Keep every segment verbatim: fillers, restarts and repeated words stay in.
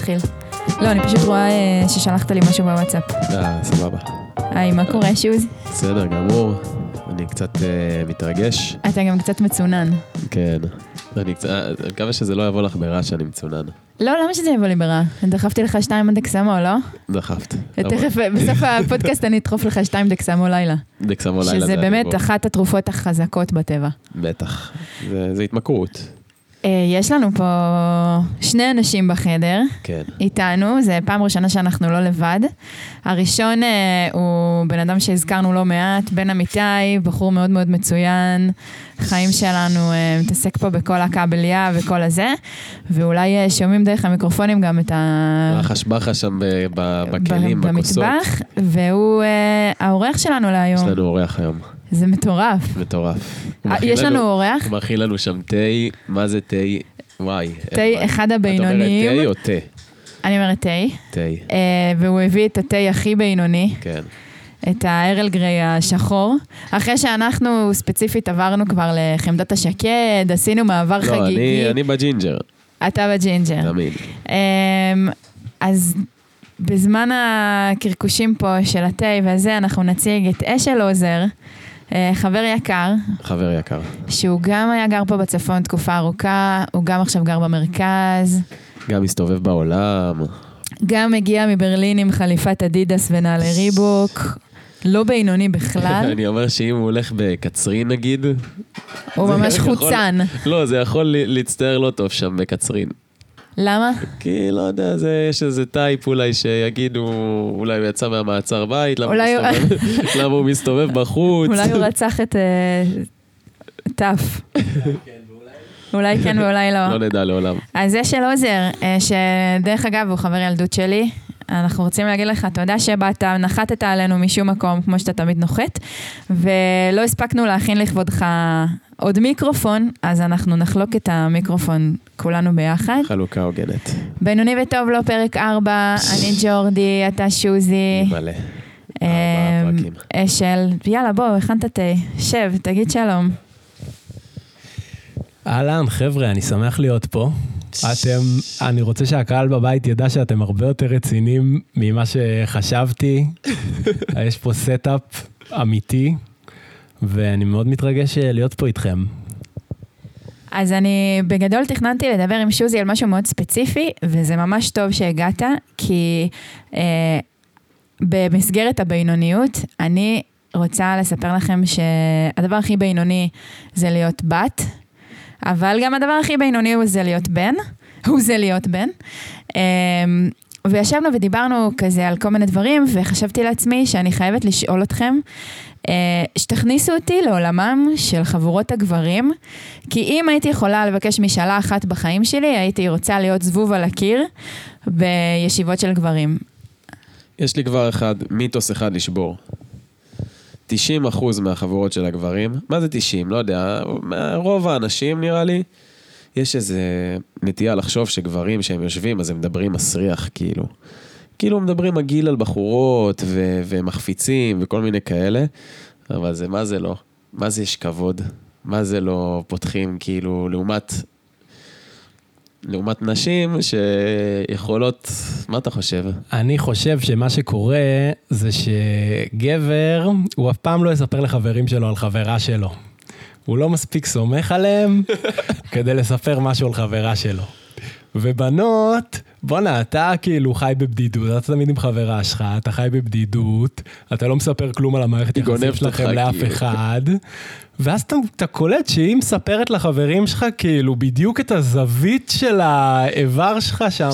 נתחיל. לא, אני פשוט רואה ששלחת לי משהו בוואטסאפ. אה, סבבה. היי, מה קורה, שוז? בסדר, גמור. אני קצת uh, מתרגש. אתה גם קצת מצונן. כן. אני קצת, אני מקווה שזה לא יבוא לך ברע שאני מצונן. לא, למה שזה יבוא לי ברע? דחפתי לך שתיים דקסמו, לא? דחפת. תכף, בסוף הפודקאסט אני אטרוף לך שתיים דקסמו לילה. דקסמו לילה. שזה באמת אחת התרופות החזקות בטבע. בטח. זה, זה התמכרות. יש לנו פה שני אנשים בחדר, כן. איתנו, זה פעם ראשונה שאנחנו לא לבד. הראשון הוא בן אדם שהזכרנו לא מעט, בן אמיתי, בחור מאוד מאוד מצוין, חיים שלנו מתעסק פה בכל הקבליה וכל הזה, ואולי שומעים דרך המיקרופונים גם את ה... החשבחה שם בכלים, בכוסות. במטבח, והוא האורח שלנו להיום. יש לנו אורח היום. זה מטורף. מטורף. יש לנו אורח. הוא מכין לנו שם תה, מה זה תה? וואי. תה אחד הבינוניים. את אומרת תה או תה? אני אומרת תה. תה. והוא הביא את התה הכי בינוני. כן. את הארל גריי השחור. אחרי שאנחנו ספציפית עברנו כבר לחמדת השקד, עשינו מעבר חגיגי. לא, אני, אני בג'ינג'ר. אתה בג'ינג'ר. תמיד. אז בזמן הקרקושים פה של התה וזה, אנחנו נציג את אשל עוזר, חבר יקר. חבר יקר. שהוא גם היה גר פה בצפון תקופה ארוכה, הוא גם עכשיו גר במרכז. גם מסתובב בעולם. גם הגיע מברלין עם חליפת אדידס ונעלי ריבוק. לא בינוני בכלל. אני אומר שאם הוא הולך בקצרין נגיד. הוא ממש חוצן. לא, זה יכול להצטער לא טוב שם בקצרין. למה? כי לא יודע, זה, יש איזה טייפ אולי שיגידו, אולי הוא יצא מהמעצר בית, למה, אולי... הוא, מסתובב, למה הוא מסתובב בחוץ. אולי הוא רצח את uh, טף. אולי כן ואולי לא. לא נדע לעולם. אז זה של עוזר, שדרך אגב הוא חבר ילדות שלי, אנחנו רוצים להגיד לך, תודה שבאת, נחתת עלינו משום מקום, כמו שאתה תמיד נוחת, ולא הספקנו להכין לכבודך עוד מיקרופון, אז אנחנו נחלוק את המיקרופון כולנו ביחד. חלוקה הוגנת. בינוני וטוב לו פרק ארבע, אני ג'ורדי, אתה שוזי. מלא. ארבע פרקים. אשל, יאללה בוא, הכנת תה, שב, תגיד שלום. אהלן, חבר'ה, אני שמח להיות פה. אתם, אני רוצה שהקהל בבית ידע שאתם הרבה יותר רציניים ממה שחשבתי. יש פה סטאפ אמיתי, ואני מאוד מתרגש להיות פה איתכם. אז אני בגדול תכננתי לדבר עם שוזי על משהו מאוד ספציפי, וזה ממש טוב שהגעת, כי אה, במסגרת הבינוניות, אני רוצה לספר לכם שהדבר הכי בינוני זה להיות בת, אבל גם הדבר הכי בינוני הוא זה להיות בן, הוא זה להיות בן. וישבנו ודיברנו כזה על כל מיני דברים, וחשבתי לעצמי שאני חייבת לשאול אתכם, שתכניסו אותי לעולמם של חבורות הגברים, כי אם הייתי יכולה לבקש משאלה אחת בחיים שלי, הייתי רוצה להיות זבוב על הקיר בישיבות של גברים. יש לי כבר אחד, מיתוס אחד לשבור. תשעים אחוז מהחבורות של הגברים, מה זה תשעים? לא יודע, רוב האנשים נראה לי, יש איזה נטייה לחשוב שגברים שהם יושבים, אז הם מדברים מסריח, כאילו. כאילו מדברים מגיל על בחורות, ו- ומחפיצים, וכל מיני כאלה, אבל זה, מה זה לא? מה זה יש כבוד? מה זה לא פותחים, כאילו, לעומת... לעומת נשים שיכולות, מה אתה חושב? אני חושב שמה שקורה זה שגבר, הוא אף פעם לא יספר לחברים שלו על חברה שלו. הוא לא מספיק סומך עליהם כדי לספר משהו על חברה שלו. ובנות, בונה, אתה כאילו חי בבדידות, אתה תמיד עם חברה שלך, אתה חי בבדידות, אתה לא מספר כלום על המערכת יחסים שלכם לאף אחד, ואז אתה, אתה קולט שהיא מספרת לחברים שלך כאילו בדיוק את הזווית של האיבר שלך שם,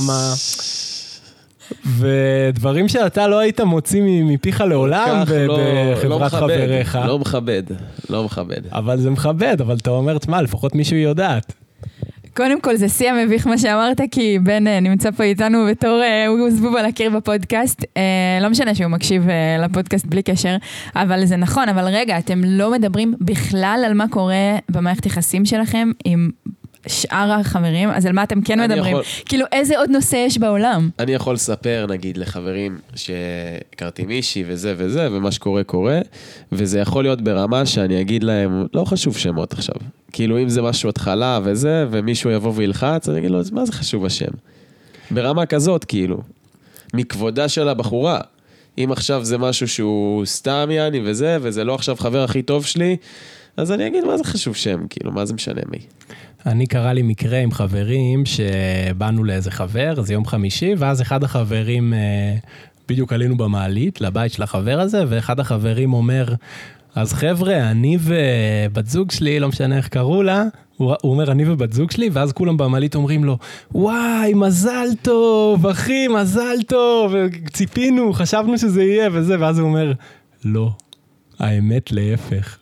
ודברים שאתה לא היית מוציא מפיך לעולם בחברת חבריך. לא מכבד, לא מכבד. אבל זה מכבד, אבל אתה אומר, מה, לפחות מישהו יודעת. קודם כל זה שיא המביך מה שאמרת, כי בן נמצא פה איתנו בתור, הוא זבוב על הקיר בפודקאסט, לא משנה שהוא מקשיב לפודקאסט בלי קשר, אבל זה נכון, אבל רגע, אתם לא מדברים בכלל על מה קורה במערכת יחסים שלכם עם שאר החברים, אז על מה אתם כן מדברים? יכול... כאילו איזה עוד נושא יש בעולם? אני יכול לספר נגיד לחברים שהכרתי מישהי וזה וזה, ומה שקורה קורה, וזה יכול להיות ברמה שאני אגיד להם, לא חשוב שמות עכשיו. כאילו אם זה משהו התחלה וזה, ומישהו יבוא וילחץ, אני אגיד לו, מה זה חשוב השם? ברמה כזאת, כאילו, מכבודה של הבחורה. אם עכשיו זה משהו שהוא סתם יעני וזה, וזה לא עכשיו חבר הכי טוב שלי, אז אני אגיד, מה זה חשוב שם? כאילו, מה זה משנה מי? אני קרא לי מקרה עם חברים שבאנו לאיזה חבר, זה יום חמישי, ואז אחד החברים, בדיוק עלינו במעלית לבית של החבר הזה, ואחד החברים אומר, אז חבר'ה, אני ובת זוג שלי, לא משנה איך קראו לה, הוא אומר, אני ובת זוג שלי, ואז כולם במעלית אומרים לו, וואי, מזל טוב, אחי, מזל טוב, ציפינו, חשבנו שזה יהיה, וזה, ואז הוא אומר, לא, האמת להפך.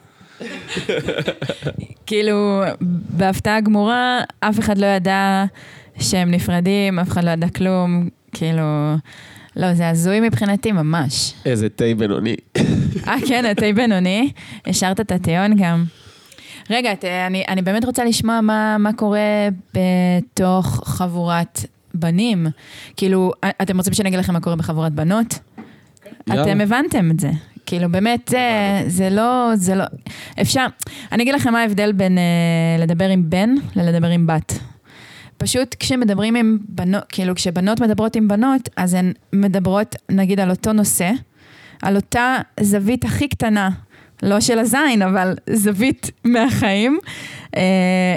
כאילו, בהפתעה גמורה, אף אחד לא ידע שהם נפרדים, אף אחד לא ידע כלום, כאילו, לא, זה הזוי מבחינתי ממש. איזה תה בינוני. אה, כן, התה בינוני, השארת את הטיון גם. רגע, אני, אני באמת רוצה לשמוע מה, מה קורה בתוך חבורת בנים. כאילו, אתם רוצים שאני אגיד לכם מה קורה בחבורת בנות? יאללה. אתם הבנתם את זה. כאילו, באמת, זה, זה לא, זה לא, אפשר, אני אגיד לכם מה ההבדל בין uh, לדבר עם בן ללדבר עם בת. פשוט כשמדברים עם בנות, כאילו, כשבנות מדברות עם בנות, אז הן מדברות, נגיד, על אותו נושא, על אותה זווית הכי קטנה, לא של הזין, אבל זווית מהחיים, אה,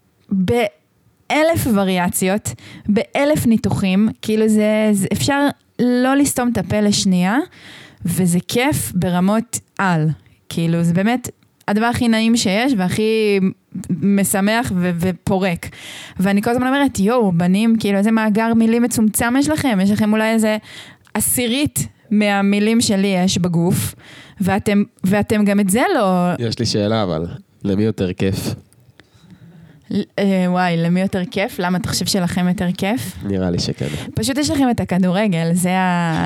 באלף וריאציות, באלף ניתוחים, כאילו זה, זה אפשר לא לסתום את הפה לשנייה, וזה כיף ברמות על. כאילו זה באמת הדבר הכי נעים שיש, והכי משמח ו- ופורק. ואני כל הזמן אומרת, יואו, בנים, כאילו איזה מאגר מילים מצומצם יש לכם? יש לכם אולי איזה עשירית מהמילים שלי יש בגוף, ואתם, ואתם גם את זה לא... יש לי שאלה, אבל למי יותר כיף? וואי, למי יותר כיף? למה אתה חושב שלכם יותר כיף? נראה לי שכן. פשוט יש לכם את הכדורגל, זה ה...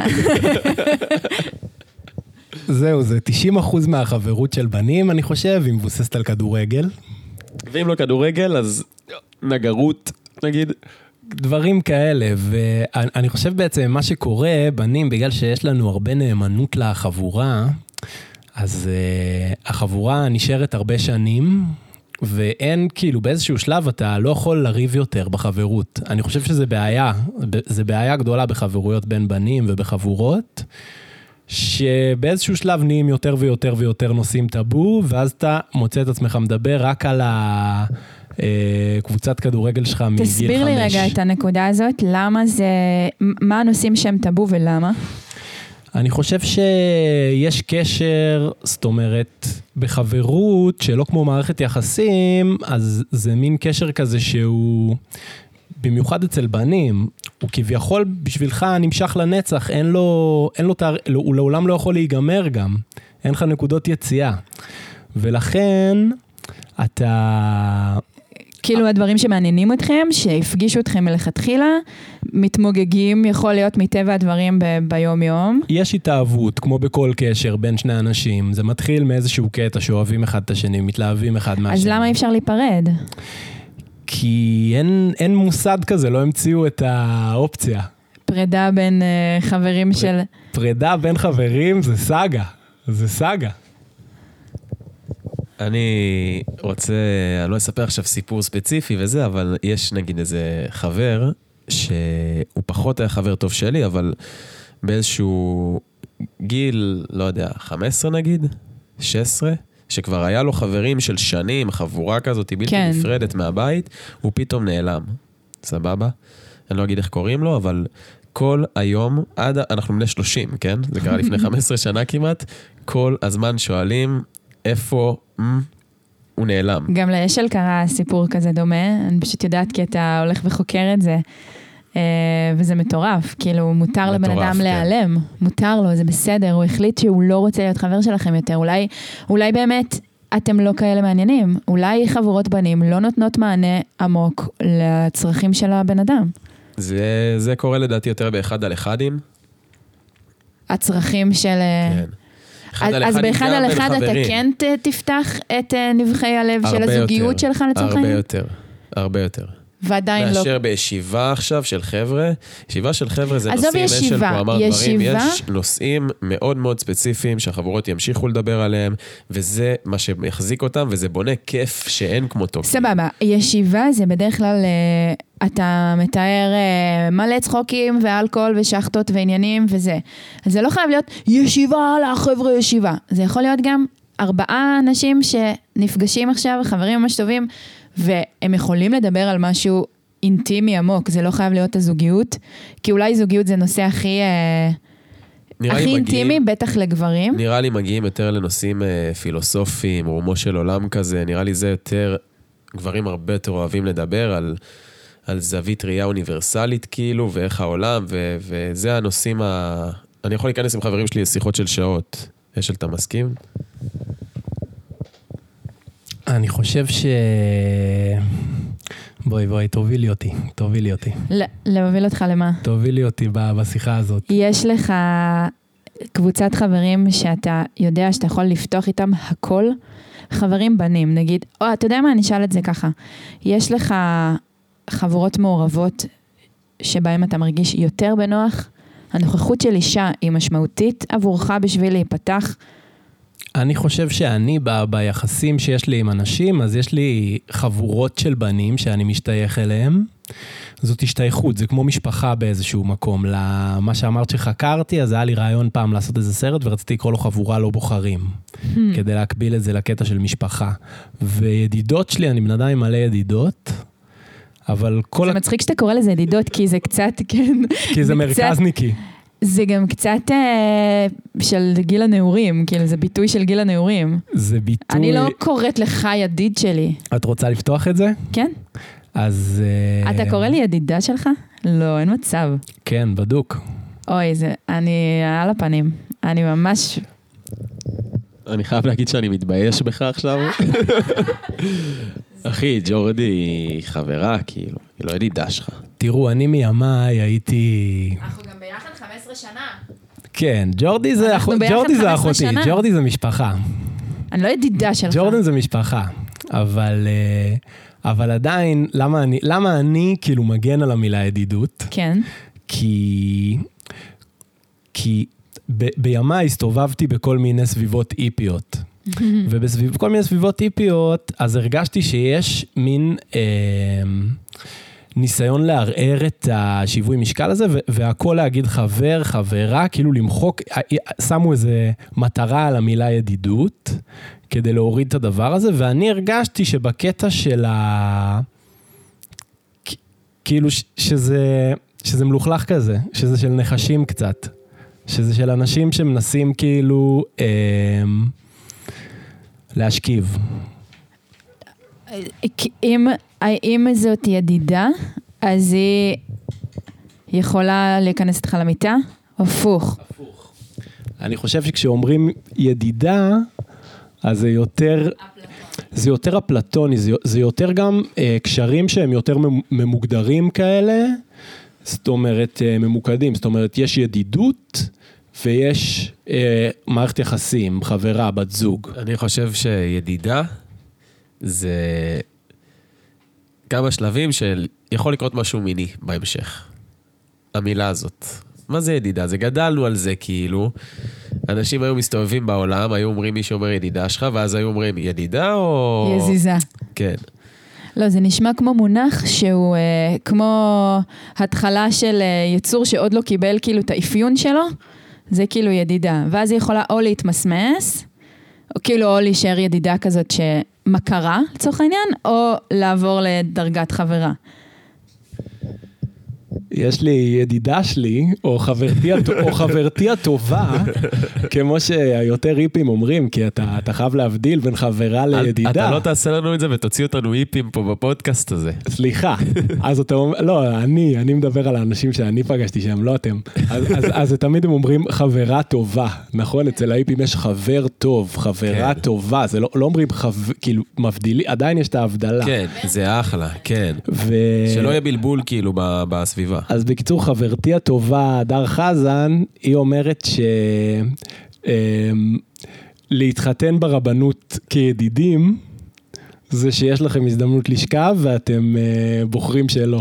זהו, זה תשעים אחוז מהחברות של בנים, אני חושב, היא מבוססת על כדורגל. ואם לא כדורגל, אז נגרות, נגיד. דברים כאלה, ואני חושב בעצם מה שקורה, בנים, בגלל שיש לנו הרבה נאמנות לחבורה, אז uh, החבורה נשארת הרבה שנים, ואין, כאילו, באיזשהו שלב אתה לא יכול לריב יותר בחברות. אני חושב שזה בעיה, זה בעיה גדולה בחברויות בין בנים ובחבורות, שבאיזשהו שלב נהיים יותר ויותר ויותר נושאים טאבו, ואז אתה מוצא את עצמך מדבר רק על הקבוצת כדורגל שלך מגיל חמש. תסביר לי רגע את הנקודה הזאת, למה זה, מה הנושאים שהם טאבו ולמה? אני חושב שיש קשר, זאת אומרת, בחברות, שלא כמו מערכת יחסים, אז זה מין קשר כזה שהוא, במיוחד אצל בנים, הוא כביכול בשבילך נמשך לנצח, אין לו, אין לו, הוא לעולם לא יכול להיגמר גם, אין לך נקודות יציאה. ולכן, אתה... כאילו הדברים שמעניינים אתכם, שהפגישו אתכם מלכתחילה, מתמוגגים, יכול להיות מטבע הדברים ב- ביום יום. יש התאהבות, כמו בכל קשר בין שני אנשים, זה מתחיל מאיזשהו קטע שאוהבים אחד את השני, מתלהבים אחד מהשני. אז למה אי אפשר להיפרד? כי אין, אין מוסד כזה, לא המציאו את האופציה. פרידה בין uh, חברים פר... של... פרידה בין חברים זה סאגה, זה סאגה. אני רוצה, אני לא אספר עכשיו סיפור ספציפי וזה, אבל יש נגיד איזה חבר, שהוא פחות היה חבר טוב שלי, אבל באיזשהו גיל, לא יודע, חמש עשרה נגיד, שש עשרה, שכבר היה לו חברים של שנים, חבורה כזאת, בלתי כן. נפרדת מהבית, הוא פתאום נעלם. סבבה? אני לא אגיד איך קוראים לו, אבל כל היום, עד, אנחנו בני שלושים, כן? זה קרה לפני חמש עשרה שנה כמעט, כל הזמן שואלים, איפה, מ, הוא נעלם. גם לאשל קרה סיפור כזה דומה, אני פשוט יודעת כי אתה הולך וחוקר את זה, וזה מטורף, כאילו מותר לבן אדם להיעלם, מותר לו, זה בסדר, הוא החליט שהוא לא רוצה להיות חבר שלכם יותר, אולי, אולי באמת אתם לא כאלה מעניינים, אולי חברות בנים לא נותנות מענה עמוק לצרכים של הבן אדם. זה, זה קורה לדעתי יותר באחד על אחדים. הצרכים של... כן. אז, אז באחד על אחד אתה כן תפתח את נבחי הלב של הזוגיות שלך לצורך העניין? הרבה יותר, הרבה יותר. ועדיין לא... מאשר בישיבה עכשיו של חבר'ה, ישיבה של חבר'ה זה עזוב נושאים, ישיבה, אשל פה אמר דברים, ישיבה- יש נושאים מאוד מאוד ספציפיים שהחברות ימשיכו לדבר עליהם, וזה מה שיחזיק אותם, וזה בונה כיף שאין כמותו. סבבה, ישיבה זה בדרך כלל, אה, אתה מתאר אה, מלא צחוקים ואלכוהול ושחטות ועניינים וזה. אז זה לא חייב להיות ישיבה לחבר'ה ישיבה. זה יכול להיות גם ארבעה אנשים שנפגשים עכשיו, חברים ממש טובים, והם יכולים לדבר על משהו אינטימי עמוק. זה לא חייב להיות הזוגיות, כי אולי זוגיות זה נושא הכי, אה, נראה לי הכי מגיעים- אינטימי, בטח לגברים. נראה לי מגיעים יותר לנושאים אה, פילוסופיים, רומו של עולם כזה, נראה לי זה יותר, גברים הרבה יותר אוהבים לדבר על, על זווית ראייה אוניברסלית כאילו, ואיך העולם, ו, וזה הנושאים ה... אני יכול להיכנס עם חברים שלי לשיחות של שעות. אשל, אתה מסכים? אני חושב ש... בואי, בואי, תובילי אותי, תובילי אותי. ל- להוביל אותך למה? תובילי אותי ב- בשיחה הזאת. יש לך קבוצת חברים שאתה יודע שאתה יכול לפתוח איתם הכל, חברים בנים, נגיד, או אתה יודע מה, אני אשאל את זה ככה, יש לך חברות מעורבות שבהם אתה מרגיש יותר בנוח, הנוכחות של אישה היא משמעותית עבורך בשביל להיפתח, אני חושב שאני ב- ביחסים שיש לי עם אנשים, אז יש לי חבורות של בנים שאני משתייך אליהם. זאת השתייכות, זה כמו משפחה באיזשהו מקום. למה שאמרת שחקרתי, אז היה לי רעיון פעם לעשות איזה סרט, ורציתי לקרוא לו חבורה לא בוחרים, כדי להקביל את זה לקטע של משפחה. וידידות שלי, אני בן אדם עם מלא ידידות, אבל כל... זה מצחיק שאתה קורא לזה ידידות, כי זה קצת, כן, כי זה קצת- מרכזניקי. זה גם קצת אה, של גיל הנעורים, כאילו זה ביטוי של גיל הנעורים. זה ביטוי... אני לא קוראת לך ידיד שלי, את רוצה לפתוח את זה? כן? אז... אה, אתה קורא לי ידידה שלך? לא, אין מצב. כן, בדוק. אוי, זה, אני על הפנים. אני ממש... אני חייב להגיד שאני מתבייש בך עכשיו. אחי, ג'ורדי היא חברה, כאילו, היא לא ידידה שלך. תראו, אני מימיי הייתי... אנחנו גם ביחד חמש עשרה שנה. כן, ג'ורדי זה, אנחנו אח... ביחד ג'ורדי זה חמש עשרה אחותי, שנה. ג'ורדי זה משפחה. אני לא ידידה שלך. ג'ורדן זה משפחה, אבל, אה, אבל עדיין, למה אני, למה אני כאילו מגן על המילה ידידות? כן. כי, כי ב, בימיי הסתובבתי בכל מיני סביבות איפיות. ובכל מיני סביבות איפיות, אז הרגשתי שיש מין אה, ניסיון לערער את השיווי משקל הזה, והכל להגיד חבר, חברה, כאילו למחוק, שמו איזה מטרה על המילה ידידות, כדי להוריד את הדבר הזה, ואני הרגשתי שבקטע של ה... כאילו שזה, שזה מלוכלך כזה, שזה של נחשים קצת, שזה של אנשים שמנסים כאילו... אה, להשכיב. אם, אם זאת ידידה, אז היא יכולה להיכנס איתך למיטה? הפוך. אני חושב שכשאומרים ידידה, אז זה יותר... זה יותר אפלטוני, זה, זה יותר גם אה, קשרים שהם יותר ממוגדרים כאלה, זאת אומרת, אה, ממוקדים, זאת אומרת, יש ידידות, ויש אה, מערכת יחסים, חברה, בת זוג. אני חושב שידידה זה כמה שלבים של יכול לקרות משהו מיני בהמשך. המילה הזאת. מה זה ידידה? זה גדלנו על זה כאילו. אנשים היו מסתובבים בעולם, היו אומרים מי שאומר ידידה שלך, ואז היו אומרים ידידה או... יזיזה. כן. לא, זה נשמע כמו מונח שהוא אה, כמו התחלה של אה, יצור שעוד לא קיבל כאילו את האפיון שלו. זה כאילו ידידה, ואז היא יכולה או להתמסמס, או כאילו או להישאר ידידה כזאת שמכרה לצורך העניין, או לעבור לדרגת חברה. יש לי ידידה שלי, או חברתי, או חברתי הטובה, כמו שהיותר היפים אומרים, כי אתה, אתה חייב להבדיל בין חברה לידידה. אתה לא תעשה לנו את זה ותוציא אותנו היפים פה בפודקאסט הזה. סליחה, אז אתה אומר, לא, אני, אני מדבר על האנשים שאני פגשתי שהם, לא אתם. אז, אז, אז תמיד הם אומרים חברה טובה, נכון? אצל ההיפים יש חבר טוב, חברה כן. טובה, זה לא, לא אומרים חבר, כאילו, מבדילי, עדיין יש את ההבדלה. כן, זה אחלה, כן. ו... שלא יהיה בלבול כאילו ב- בסביבה. אז בקיצור, חברתי הטובה, דר חזן, היא אומרת ש... להתחתן ברבנות כידידים, זה שיש לכם הזדמנות לשכב, ואתם uh, בוחרים שלא.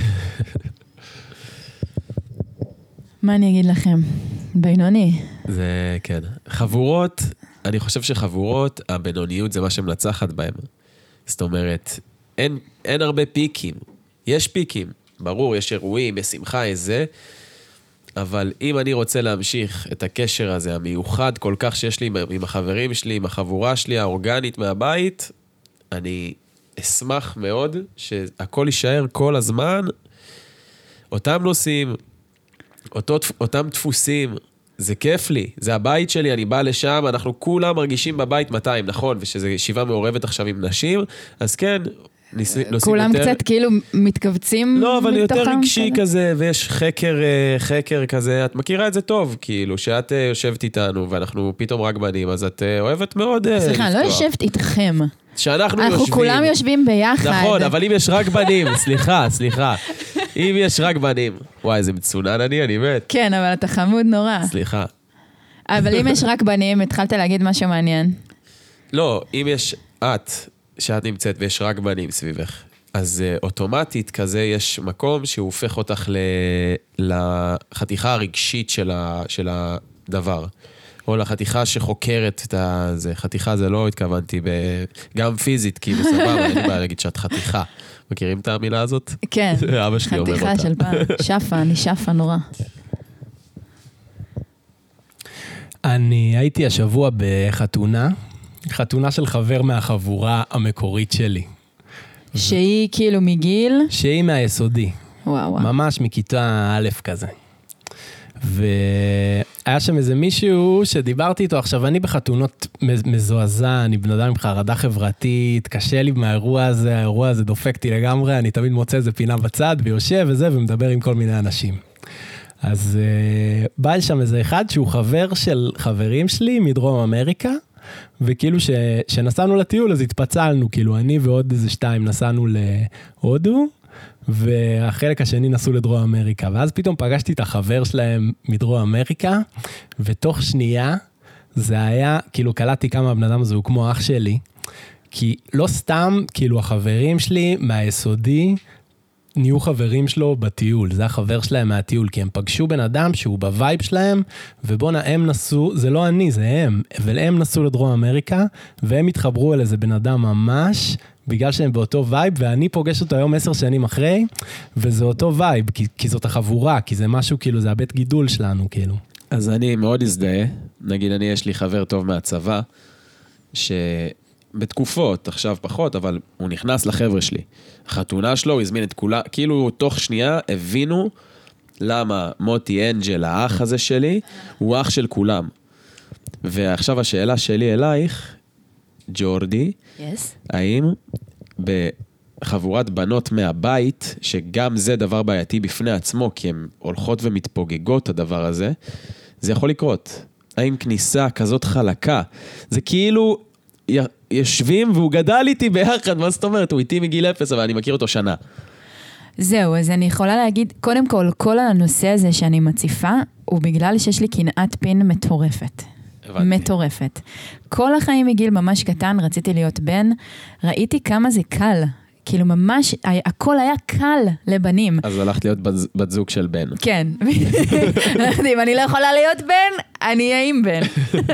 מה אני אגיד לכם? בינוני. זה, כן. חבורות, אני חושב שחבורות, הבינוניות זה מה שמנצחת בהם. זאת אומרת, אין, אין הרבה פיקים. יש פיקים, ברור, יש אירועים, יש שמחה, יש זה, אבל אם אני רוצה להמשיך את הקשר הזה, המיוחד כל כך שיש לי עם, עם החברים שלי, עם החבורה שלי, האורגנית מהבית, אני אשמח מאוד שהכל יישאר כל הזמן, אותם נושאים, אותו, אותם דפוסים, זה כיף לי, זה הבית שלי, אני בא לשם, אנחנו כולם מרגישים בבית מאתיים, נכון, ושזה ישיבה מעורבת עכשיו עם נשים, אז כן, ניס, נושאים כולם יותר... קצת כאילו מתכווצים מתוכם. לא, אבל יותר רגשי כזה. כזה, ויש חקר, חקר כזה, את מכירה את זה טוב, כאילו, שאת יושבת איתנו, ואנחנו פתאום רק בנים, אז את אוהבת מאוד לפתוח. סליחה, לא יושבת איתכם. שאנחנו אנחנו יושבים. כולם יושבים ביחד. נכון, אבל אם יש רק בנים, סליחה, סליחה. אם יש רק בנים, וואי, זה מצונן אני, אני מת. כן, אבל אתה חמוד נורא. סליחה. אבל אם יש רק בנים, התחלת להגיד משהו מעניין. לא, אם יש את, שאת נמצאת ויש רק בנים סביבך, אז uh, אוטומטית כזה יש מקום שהוא הופך אותך ל... לחתיכה הרגשית של, ה... של הדבר. או לחתיכה שחוקרת את זה. חתיכה זה לא התכוונתי, ב... גם פיזית, כאילו סבבה, אין לי בעיה להגיד שאת חתיכה. מכירים את המילה הזאת? כן. אבא שלי אומר אותה. חתיכה של פעם. שפה, אני שפה נורא. אני הייתי השבוע בחתונה, חתונה של חבר מהחבורה המקורית שלי. שהיא כאילו מגיל? שהיא מהיסודי. וואו וואו. ממש מכיתה א' כזה. והיה שם איזה מישהו שדיברתי איתו, עכשיו אני בחתונות מזועזע, אני בן אדם עם חרדה חברתית, קשה לי מהאירוע הזה, האירוע הזה דופקתי לגמרי, אני תמיד מוצא איזה פינה בצד ויושב וזה ומדבר עם כל מיני אנשים. אז uh, בא שם איזה אחד שהוא חבר של חברים שלי מדרום אמריקה, וכאילו ש, שנסענו לטיול אז התפצלנו, כאילו אני ועוד איזה שתיים נסענו להודו, והחלק השני נסעו לדרום אמריקה, ואז פתאום פגשתי את החבר שלהם מדרום אמריקה, ותוך שנייה זה היה, כאילו קלטתי כמה הבן אדם הזה הוא כמו אח שלי, כי לא סתם, כאילו החברים שלי מהיסודי, נהיו חברים שלו בטיול, זה החבר שלהם מהטיול, כי הם פגשו בן אדם שהוא בווייב שלהם, ובונה הם נסו, זה לא אני, זה הם, אבל הם נסו לדרום אמריקה, והם התחברו אל איזה בן אדם ממש, בגלל שהם באותו וייב, ואני פוגש אותו היום עשר שנים אחרי, וזה אותו וייב, כי, כי זאת החבורה, כי זה משהו, כאילו, זה הבית גידול שלנו, כאילו. אז אני מאוד הזדהה, נגיד אני, יש לי חבר טוב מהצבא, שבתקופות, עכשיו פחות, אבל הוא נכנס לחבר'ה שלי. החתונה שלו, הוא הזמין את כולה, כאילו תוך שנייה הבינו למה מוטי אנג'ל, האח הזה שלי, הוא אח של כולם. ועכשיו השאלה שלי אלייך, ג'ורדי, yes. האם בחבורת בנות מהבית, שגם זה דבר בעייתי בפני עצמו, כי הן הולכות ומתפוגגות הדבר הזה, זה יכול לקרות. האם כניסה כזאת חלקה, זה כאילו יושבים והוא גדל איתי ביחד, מה זאת אומרת? הוא איתי מגיל אפס, אבל אני מכיר אותו שנה. זהו, אז אני יכולה להגיד, קודם כל, כל הנושא הזה שאני מציפה, הוא בגלל שיש לי קנאת פין מטורפת. הבנתי. מטורפת. כל החיים מגיל ממש קטן, רציתי להיות בן, ראיתי כמה זה קל. כאילו ממש, הכל היה קל לבנים. אז הלכת להיות בת זוג של בן. כן. אם אני לא יכולה להיות בן, אני אהיה עם בן.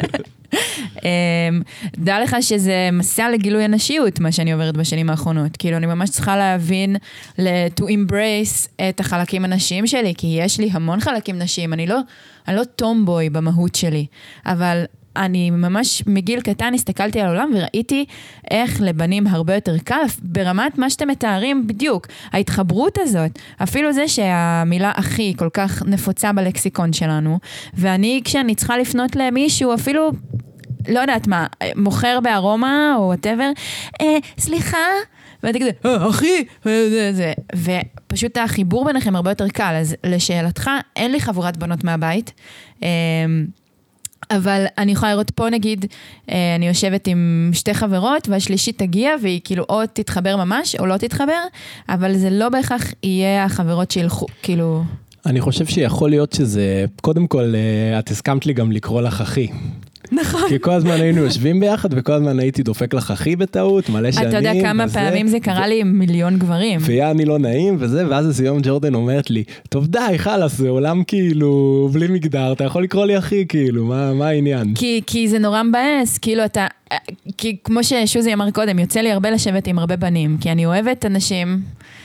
דע לך שזה מסע לגילוי הנשיות, מה שאני עוברת בשנים האחרונות. כאילו, אני ממש צריכה להבין, to embrace את החלקים הנשיים שלי, כי יש לי המון חלקים נשיים. אני לא, אני לא טומבוי במהות שלי, אבל אני ממש מגיל קטן הסתכלתי על העולם וראיתי איך לבנים הרבה יותר קל, ברמת מה שאתם מתארים בדיוק, ההתחברות הזאת, אפילו זה שהמילה אחי כל כך נפוצה בלקסיקון שלנו, ואני כשאני צריכה לפנות למישהו, אפילו, לא יודעת מה, מוכר בארומה או whatever, אה, סליחה, ואתה כזה, אה, אחי, וזה, זה, ופשוט החיבור ביניכם הרבה יותר קל, אז לשאלתך, אין לי חבורת בנות מהבית, אה, אבל אני יכולה לראות פה נגיד, אני יושבת עם שתי חברות, והשלישית תגיע, והיא כאילו או תתחבר ממש, או לא תתחבר, אבל זה לא בהכרח יהיה החברות שילכו, כאילו... אני חושב שיכול להיות שזה, קודם כל, את הסכמת לי גם לקרוא לך אחי. נכון. כי כל הזמן היינו יושבים ביחד, וכל הזמן הייתי דופק לך אחי בטעות, מלא שנים. אתה יודע כמה וזה, פעמים זה קרה לי עם מיליון גברים. והיה אני לא נעים וזה, ואז איזה יום ג'ורדן אומרת לי, טוב די, חלאס, זה עולם כאילו, בלי מגדר, אתה יכול לקרוא לי אחי, כאילו, מה, מה העניין? כי, כי זה נורא מבאס, כאילו אתה, כי כמו ששוזי אמר קודם, יוצא לי הרבה לשבת עם הרבה בנים, כי אני אוהבת אנשים,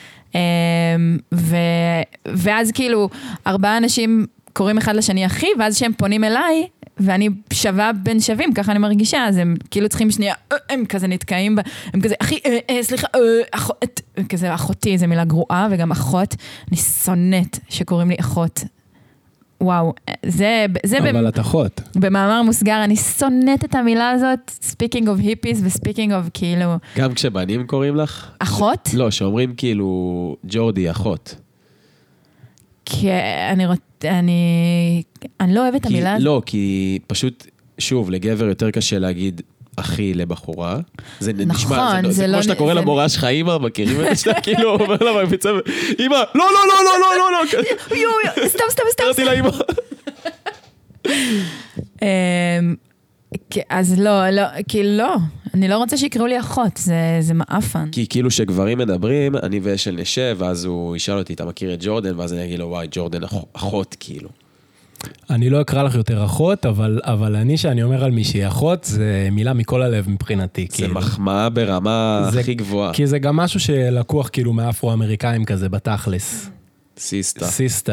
ו, ואז כאילו, ארבעה אנשים קוראים אחד לשני אחי, ואז שהם פונים אליי, ואני שווה בין שווים, ככה אני מרגישה, אז הם כאילו צריכים שנייה, הם כזה נתקעים, הם כזה, אחי, אה, אה, סליחה, אה, אחות, כזה אחותי, זו מילה גרועה, וגם אחות, אני שונאת שקוראים לי אחות. וואו, זה, זה אבל במ... את אחות. במאמר מוסגר, אני שונאת את המילה הזאת, speaking of hippies ו-speaking of כאילו... גם כשבנים קוראים לך? אחות? לא, שאומרים כאילו, ג'ורדי, אחות. כי אני רוצה... אני... אני לא אוהבת את המילה הזאת. לא, כי פשוט, שוב, לגבר יותר קשה להגיד אחי לבחורה. זה נשמע, זה כמו שאתה קורא למורה שלך אימא, מכירים את זה שאתה כאילו אומר לה בקפיצה, אימא, לא, לא, לא, לא, לא, לא, לא. יו, יו, סתם, סתם, סתם. קראתי לה אימא. אז לא, לא, כאילו לא. אני לא רוצה שיקראו לי אחות, זה, זה מאפן. כי כאילו שגברים מדברים, אני ואשל נשב, ואז הוא ישאל אותי, אתה מכיר את ג'ורדן? ואז אני אגיד לו, וואי, ג'ורדן אחות, כאילו. אני לא אקרא לך יותר אחות, אבל, אבל אני שאני אומר על מישהי אחות, זה מילה מכל הלב מבחינתי. זה כאילו. מחמאה ברמה זה, הכי גבוהה. כי זה גם משהו שלקוח כאילו מאפרו-אמריקאים כזה, בתכלס. סיסטה. סיסטה.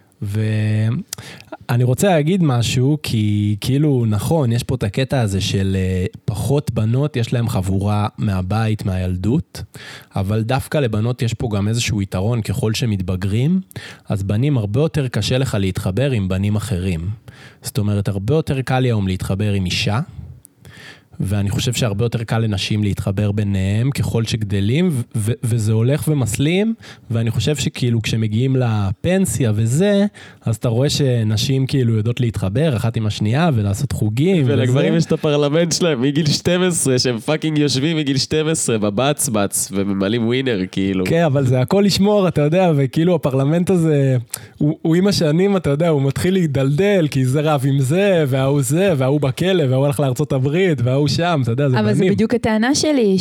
ואני רוצה להגיד משהו, כי כאילו נכון, יש פה את הקטע הזה של פחות בנות, יש להם חבורה מהבית, מהילדות, אבל דווקא לבנות יש פה גם איזשהו יתרון, ככל שמתבגרים, אז בנים הרבה יותר קשה לך להתחבר עם בנים אחרים. זאת אומרת, הרבה יותר קל לי היום להתחבר עם אישה, ואני חושב שהרבה יותר קל לנשים להתחבר ביניהם ככל שגדלים, ו- וזה הולך ומסלים, ואני חושב שכאילו כשמגיעים לפנסיה וזה, אז אתה רואה שנשים כאילו יודעות להתחבר אחת עם השנייה ולעשות חוגים. ולגברים יש את הפרלמנט שלהם מגיל שתים עשרה, שהם פאקינג יושבים מגיל שתים עשרה בבצבץ, וממלאים ווינר כאילו. כן, אבל זה הכל לשמור, אתה יודע, וכאילו הפרלמנט הזה, הוא, הוא עם השנים, אתה יודע, הוא מתחיל להידלדל, כי זה רב עם זה, והוא זה, והוא בכלא, והוא הלך לארצות הברית, והוא שם, אתה יודע, זה אבל בנים. זה בדיוק הטענה שלי,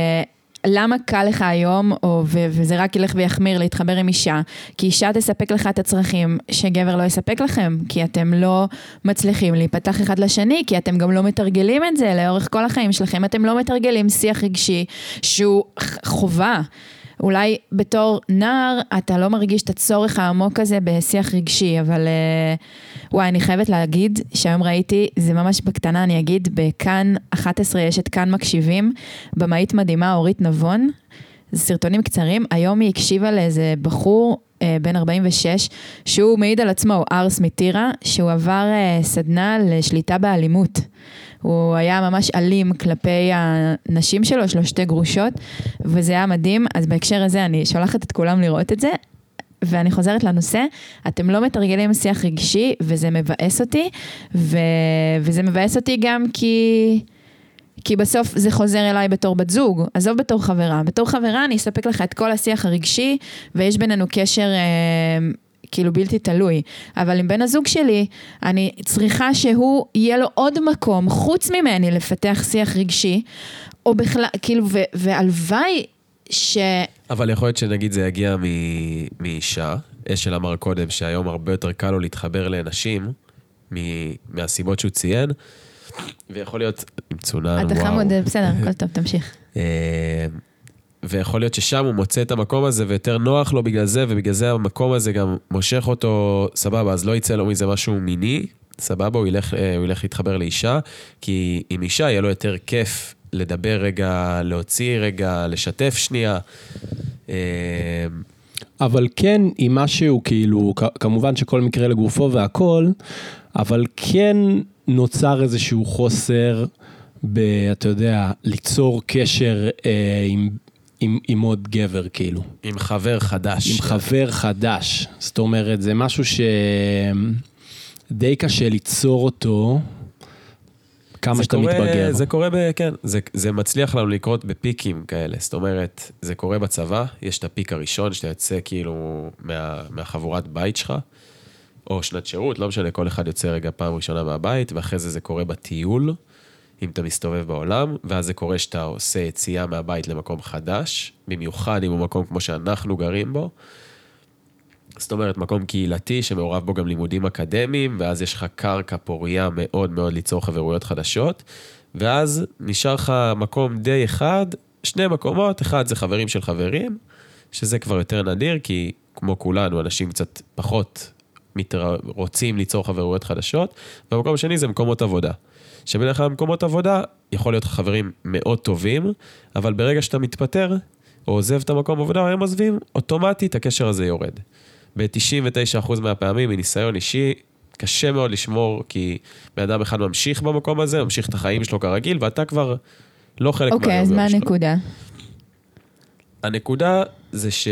שלמה קל לך היום, או, ו- וזה רק ילך ויחמיר להתחבר עם אישה, כי אישה תספק לך את הצרכים שגבר לא יספק לכם, כי אתם לא מצליחים להיפתח אחד לשני, כי אתם גם לא מתרגלים את זה לאורך כל החיים שלכם, אתם לא מתרגלים שיח רגשי שהוא חובה. אולי בתור נער אתה לא מרגיש את הצורך העמוק הזה בשיח רגשי, אבל וואי, אני חייבת להגיד שהיום ראיתי, זה ממש בקטנה, אני אגיד, בכאן אחת עשרה יש את כאן מקשיבים, במאית מדהימה אורית נבון, זה סרטונים קצרים, היום היא הקשיבה לאיזה בחור בן ארבעים ושש, שהוא מעיד על עצמו, הוא ארס מטירה, שהוא עבר סדנה לשליטה באלימות. הוא היה ממש אלים כלפי הנשים שלו, יש לו שתי גרושות, וזה היה מדהים, אז בהקשר הזה אני שולחת את כולם לראות את זה, ואני חוזרת לנושא, אתם לא מתרגלים שיח רגשי, וזה מבאס אותי, ו... וזה מבאס אותי גם כי... כי בסוף זה חוזר אליי בתור בת זוג, עזוב בתור חברה. בתור חברה אני אספק לך את כל השיח הרגשי, ויש בינינו קשר אה, כאילו בלתי תלוי. אבל עם בן הזוג שלי, אני צריכה שהוא יהיה לו עוד מקום, חוץ ממני לפתח שיח רגשי, או בכלל, כאילו, ו- והלוואי ש... אבל יכול להיות שנגיד זה יגיע מ- מאישה, אשל אמר קודם שהיום הרבה יותר קל לו להתחבר לאנשים, מ- מהסיבות שהוא ציין, ויכול להיות עם צונן, וואו. אתה חמוד, בסדר, הכל טוב, תמשיך. ויכול להיות ששם הוא מוצא את המקום הזה, ויותר נוח לו בגלל זה, ובגלל זה המקום הזה גם מושך אותו, סבבה, אז לא יצא לו מזה משהו מיני, סבבה, הוא ילך, הוא ילך להתחבר לאישה, כי עם אישה יהיה לו יותר כיף לדבר רגע, להוציא רגע, לשתף שנייה. אבל כן, עם משהו כאילו, כמובן שכל מקרה לגופו והכל, אבל כן נוצר איזשהו חוסר, ב, אתה יודע, ליצור קשר אה, עם, עם, עם עוד גבר כאילו. עם חבר חדש. עם חבר חדש. זאת אומרת, זה משהו שדי קשה ליצור אותו, כמה שאתה קורה, מתבגר. זה קורה, ב, כן, זה, זה מצליח לנו לקרות בפיקים כאלה. זאת אומרת, זה קורה בצבא, יש את הפיק הראשון, שאתה יוצא כאילו מה, מהחבורת בית שלך, או שנת שירות, לא משנה, כל אחד יוצא רגע פעם ראשונה מהבית, ואחרי זה זה קורה בטיול, אם אתה מסתובב בעולם, ואז זה קורה שאתה עושה יציאה מהבית למקום חדש, במיוחד אם הוא מקום כמו שאנחנו גרים בו, זאת אומרת, מקום קהילתי שמעורב בו גם לימודים אקדמיים, ואז יש לך קרקע פוריה מאוד מאוד ליצור חברויות חדשות, ואז נשאר לך מקום די אחד, שני מקומות, אחד זה חברים של חברים, שזה כבר יותר נדיר, כי כמו כולנו, אנשים קצת פחות מתר... רוצים ליצור חברויות חדשות, והמקום השני זה מקומות עבודה. שבדרך כלל מקומות עבודה, יכול להיות חברים מאוד טובים, אבל ברגע שאתה מתפטר, או עוזב את המקום עבודה, או הם עוזבים, אוטומטית הקשר הזה יורד. ב-תשעים ותשעה אחוז מהפעמים, מניסיון אישי, קשה מאוד לשמור, כי באדם אחד ממשיך במקום הזה, ממשיך את החיים שלו כרגיל, ואתה כבר לא חלק מהיום. אוקיי, אז מה הנקודה? הנקודה זה ש...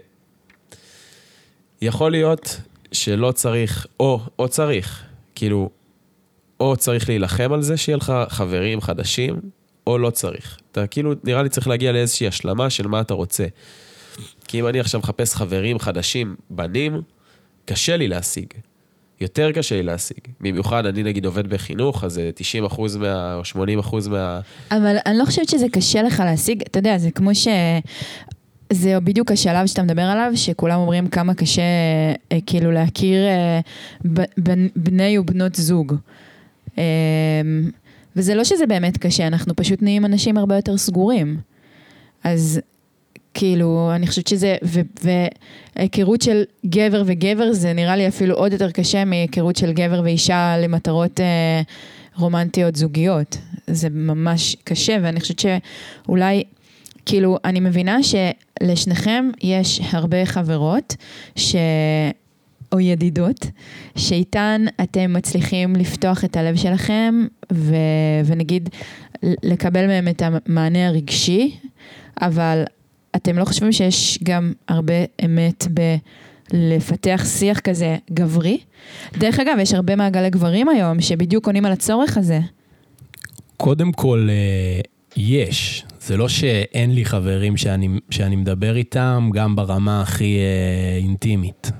יכול להיות שלא צריך, או, או צריך, כאילו, או צריך להילחם על זה, שיהיה לך חברים חדשים, או לא צריך. אתה כאילו, נראה לי צריך להגיע לאיזושהי השלמה של מה אתה רוצה. כי אם אני עכשיו מחפש חברים חדשים, בנים, קשה לי להשיג. יותר קשה לי להשיג. במיוחד, אני נגיד עובד בחינוך, אז זה תשעים אחוז מה, או שמונים אחוז מה... אבל אני לא חושבת שזה קשה לך להשיג, אתה יודע, זה כמו ש... זה בדיוק השלב שאתה מדבר עליו, שכולם אומרים כמה קשה, אה, כאילו להכיר אה, בני ובנות זוג. אה, וזה לא שזה באמת קשה, אנחנו פשוט נהיים אנשים הרבה יותר סגורים. אז כאילו, אני חושבת שזה, והיכרות של גבר וגבר, זה נראה לי אפילו עוד יותר קשה מהיכרות של גבר ואישה למטרות אה, רומנטיות זוגיות. זה ממש קשה, ואני חושבת שאולי, כאילו, אני מבינה שלשניכם יש הרבה חברות, ש... או ידידות, שאיתן אתם מצליחים לפתוח את הלב שלכם, ו... ונגיד, לקבל מהם את המענה הרגשי, אבל אתם לא חושבים שיש גם הרבה אמת בלפתח שיח כזה גברי? דרך אגב, יש הרבה מעגלי גברים היום שבדיוק עונים על הצורך הזה. קודם כל, יש. זה לא שאין לי חברים שאני, שאני מדבר איתם, גם ברמה הכי אינטימית.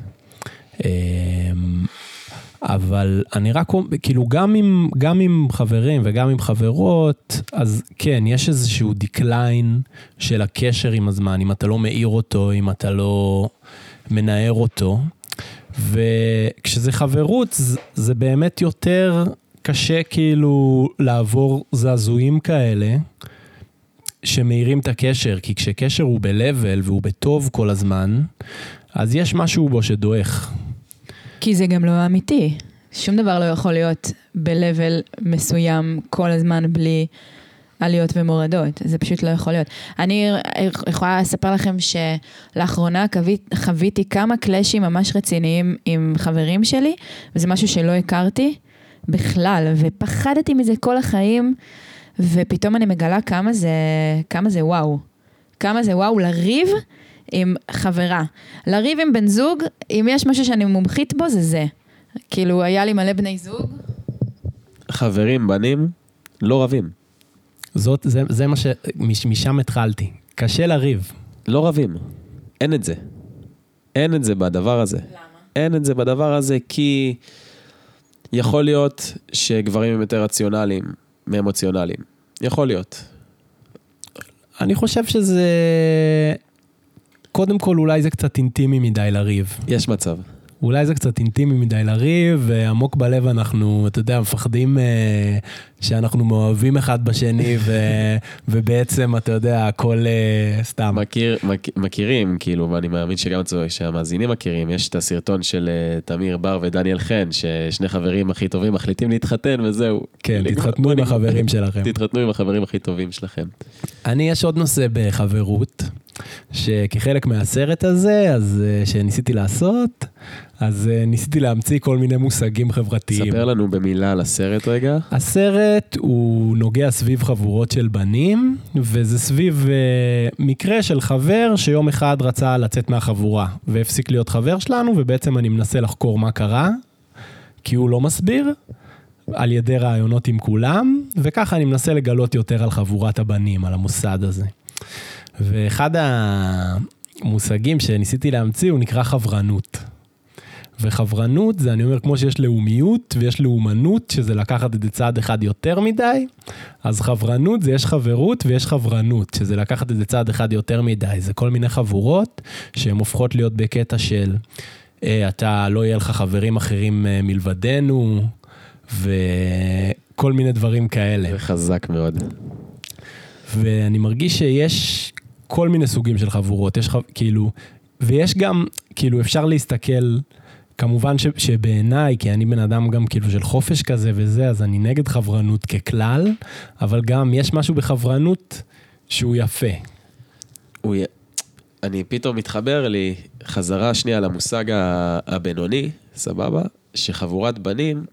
אבל אני רק, כאילו, גם עם, גם עם חברים וגם עם חברות, אז כן, יש איזשהו דקליין של הקשר עם הזמן, אם אתה לא מאיר אותו, אם אתה לא מנער אותו, וכשזה חברות, זה, זה באמת יותר קשה כאילו לעבור זעזועים כאלה, שמאירים את הקשר, כי כשקשר הוא ב-level והוא בטוב כל הזמן, אז יש משהו בו שדואך. כי זה גם לא אמיתי. שום דבר לא יכול להיות ב-level מסוים כל הזמן בלי עליות ומורדות. זה פשוט לא יכול להיות. אני יכולה לספר לכם שלאחרונה חוויתי כמה קלאשים ממש רציניים עם חברים שלי, וזה משהו שלא הכרתי בכלל, ופחדתי מזה כל החיים, ופתאום אני מגלה כמה זה, כמה זה וואו. כמה זה וואו לריב עם חברה. לריב עם בן זוג, אם יש משהו שאני מומחית בו, זה זה. כאילו, היה לי מלא בני זוג. חברים, בנים, לא רבים. זאת, זה, זה מה ש... משם התחלתי. קשה לריב. לא רבים. אין את זה. אין את זה בדבר הזה. למה? אין את זה בדבר הזה, כי יכול להיות שגברים הם יותר רציונליים, מאמוציונליים. יכול להיות. אני חושב שזה... קודם כל, אולי זה קצת אינטימי מדי לריב. יש מצב. אולי זה קצת אינטימי מדי לריב, ועמוק בלב אנחנו, אתה יודע, מפחדים אה, שאנחנו מאוהבים אחד בשני, ו, ובעצם, אתה יודע, הכל אה, סתם. מכיר, מכ, מכירים, כאילו, ואני מאמין שגם שהמאזינים מכירים, יש את הסרטון של uh, תמיר בר ודניאל חן, ששני חברים הכי טובים מחליטים להתחתן, וזהו. כן, תתחתנו עם החברים שלכם. תתחתנו עם החברים הכי טובים שלכם. אני, יש עוד נושא בחברות, שכחלק מהסרט הזה, אז שניסיתי לעשות, אז ניסיתי להמציא כל מיני מושגים חברתיים. ספר לנו במילה על הסרט רגע. הסרט הוא נוגע סביב חבורות של בנים, וזה סביב uh, מקרה של חבר שיום אחד רצה לצאת מהחבורה, והפסיק להיות חבר שלנו, ובעצם אני מנסה לחקור מה קרה, כי הוא לא מסביר, על ידי רעיונות עם כולם, וככה אני מנסה לגלות יותר על חבורת הבנים, על המוסד הזה. ואחד המושגים שניסיתי להמציא הוא נקרא חברנות. וחברנות זה, אני אומר, כמו שיש לאומיות ויש לאומנות, שזה לקחת את זה צעד אחד יותר מדי, אז חברנות זה יש חברות ויש חברנות, שזה לקחת את זה צעד אחד יותר מדי. זה כל מיני חבורות שהן הופכות להיות בקטע של, אתה לא יהיה לך חברים אחרים מלבדנו, וכל מיני דברים כאלה. זה חזק מאוד. ואני מרגיש שיש כל מיני סוגים של חבורות, יש כאילו, ויש גם, כאילו אפשר להסתכל, כמובן ש, שבעיניי, כי אני בן אדם גם כאילו של חופש כזה וזה, אז אני נגד חברנות ככלל, אבל גם יש משהו בחברנות שהוא יפה. הוא י... אני פתאום מתחבר לי חזרה שנייה למושג הבינוני, סבבה? שחבורת בנים,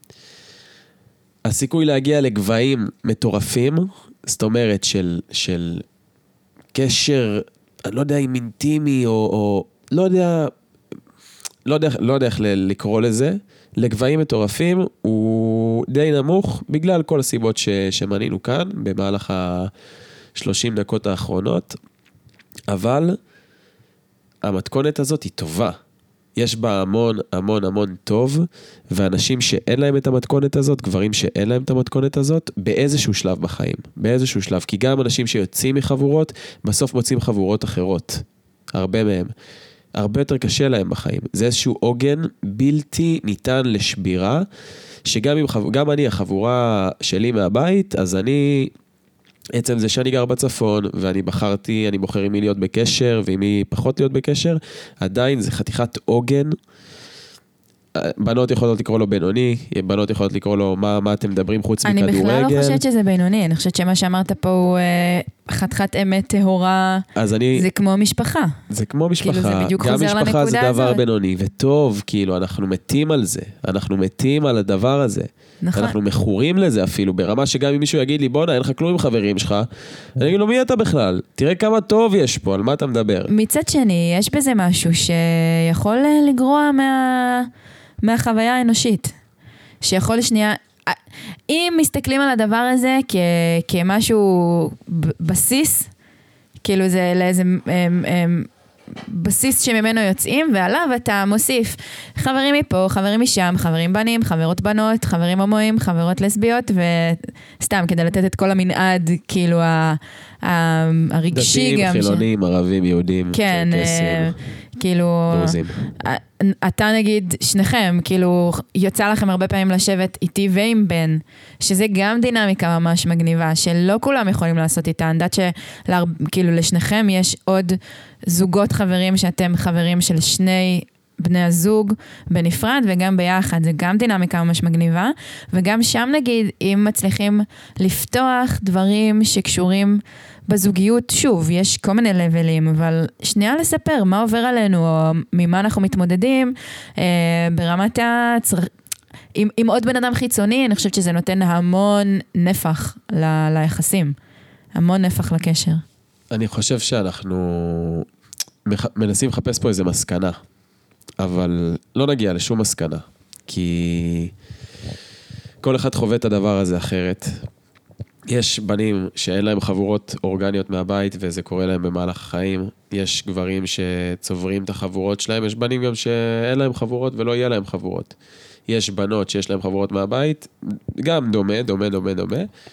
הסיכוי להגיע לגבהים מטורפים, זאת אומרת של, של קשר, אני לא יודע אם אינטימי או, או לא יודע, לא יודע, לא יודע איך לקרוא לזה, לגבהים מטורפים הוא די נמוך, בגלל כל הסיבות ש, שמנינו כאן, במהלך ה-שלושים דקות האחרונות, אבל המתכונת הזאת היא טובה. יש בה המון, המון, המון טוב, ואנשים שאין להם את המתכונת הזאת, גברים שאין להם את המתכונת הזאת, באיזשהו שלב בחיים, באיזשהו שלב, כי גם אנשים שיוצאים מחבורות, בסוף מוצאים חבורות אחרות, הרבה מהם, הרבה יותר קשה להם בחיים, זה איזשהו עוגן בלתי ניתן לשבירה, שגם אם, גם אני, החבורה שלי מהבית, אז אני, עצם זה שאני גר בצפון, ואני בחרתי, אני בוחר עם מי להיות בקשר, ועם מי פחות להיות בקשר, עדיין זה חתיכת עוגן, בנות יכולות לקרוא לו בינוני, בנות יכולות לקרוא לו מה, מה אתם מדברים חוץ מכדורגל. אני בכלל לא חושבת שזה בינוני, אני חושבת שמה שאמרת פה הוא חתיכת אמת טהורה, אני, זה כמו משפחה. זה כמו משפחה, כאילו זה בדיוק גם חוזר לנקודה הזאת. משפחה זה דבר בינוני, וטוב, כאילו אנחנו מתים על זה, אנחנו מתים על הדבר הזה. נכון. אנחנו מכורים לזה אפילו, ברמה שגם אם מישהו יגיד לי, בוא נה, אין לך כלום עם חברים שלך, אני אגיד לו, מי אתה בכלל? תראה כמה טוב יש פה, על מה אתה מדבר? מצד שני, יש בזה משהו שיכול לגרוע מה... מהחוויה האנושית, שיכול שנייה, אם מסתכלים על הדבר הזה כ, כמשהו בסיס, כאילו זה לאיזה הם, הם, בסיס שממנו יוצאים, ועליו אתה מוסיף חברים מפה, חברים משם, חברים בנים, חברות בנות, חברים הומואים, חברות לסביות, וסתם כדי לתת את כל המנעד, כאילו ה, ה, הרגשי דתיים, גם. דתיים, חילונים, ש... ערבים, יהודים, כן, אה, כאילו, דרוזים. אתה נגיד, שניכם, כאילו, יוצא לכם הרבה פעמים לשבת איתי ועם בן, שזה גם דינמיקה ממש מגניבה, שלא כולם יכולים לעשות איתה, אני יודעת שכאילו לשניכם יש עוד זוגות חברים שאתם חברים של שני בני הזוג בנפרד וגם ביחד, זה גם דינמיקה ממש מגניבה, וגם שם נגיד, אם מצליחים לפתוח דברים שקשורים בזוגיות, שוב, יש כל מיני לבלים, אבל שנייה לספר מה עובר עלינו, או ממה אנחנו מתמודדים, אה, ברמת הצר... עם, עם עוד בן אדם חיצוני, אני חושבת שזה נותן המון נפח ל... ליחסים, המון נפח לקשר. אני חושב שאנחנו מנסים לחפש פה איזה מסקנה, אבל לא נגיע לשום מסקנה, כי כל אחד חווה את הדבר הזה אחרת. יש בנים שאין להם חבורות אורגניות מהבית, וזה קורה להם במהלך החיים. יש גברים שצוברים את החבורות שלהם, יש בנים גם שאין להם חבורות ולא יהיה להם חבורות. יש בנות שיש להם חבורות מהבית, גם דומה, דומה, דומה, דומה.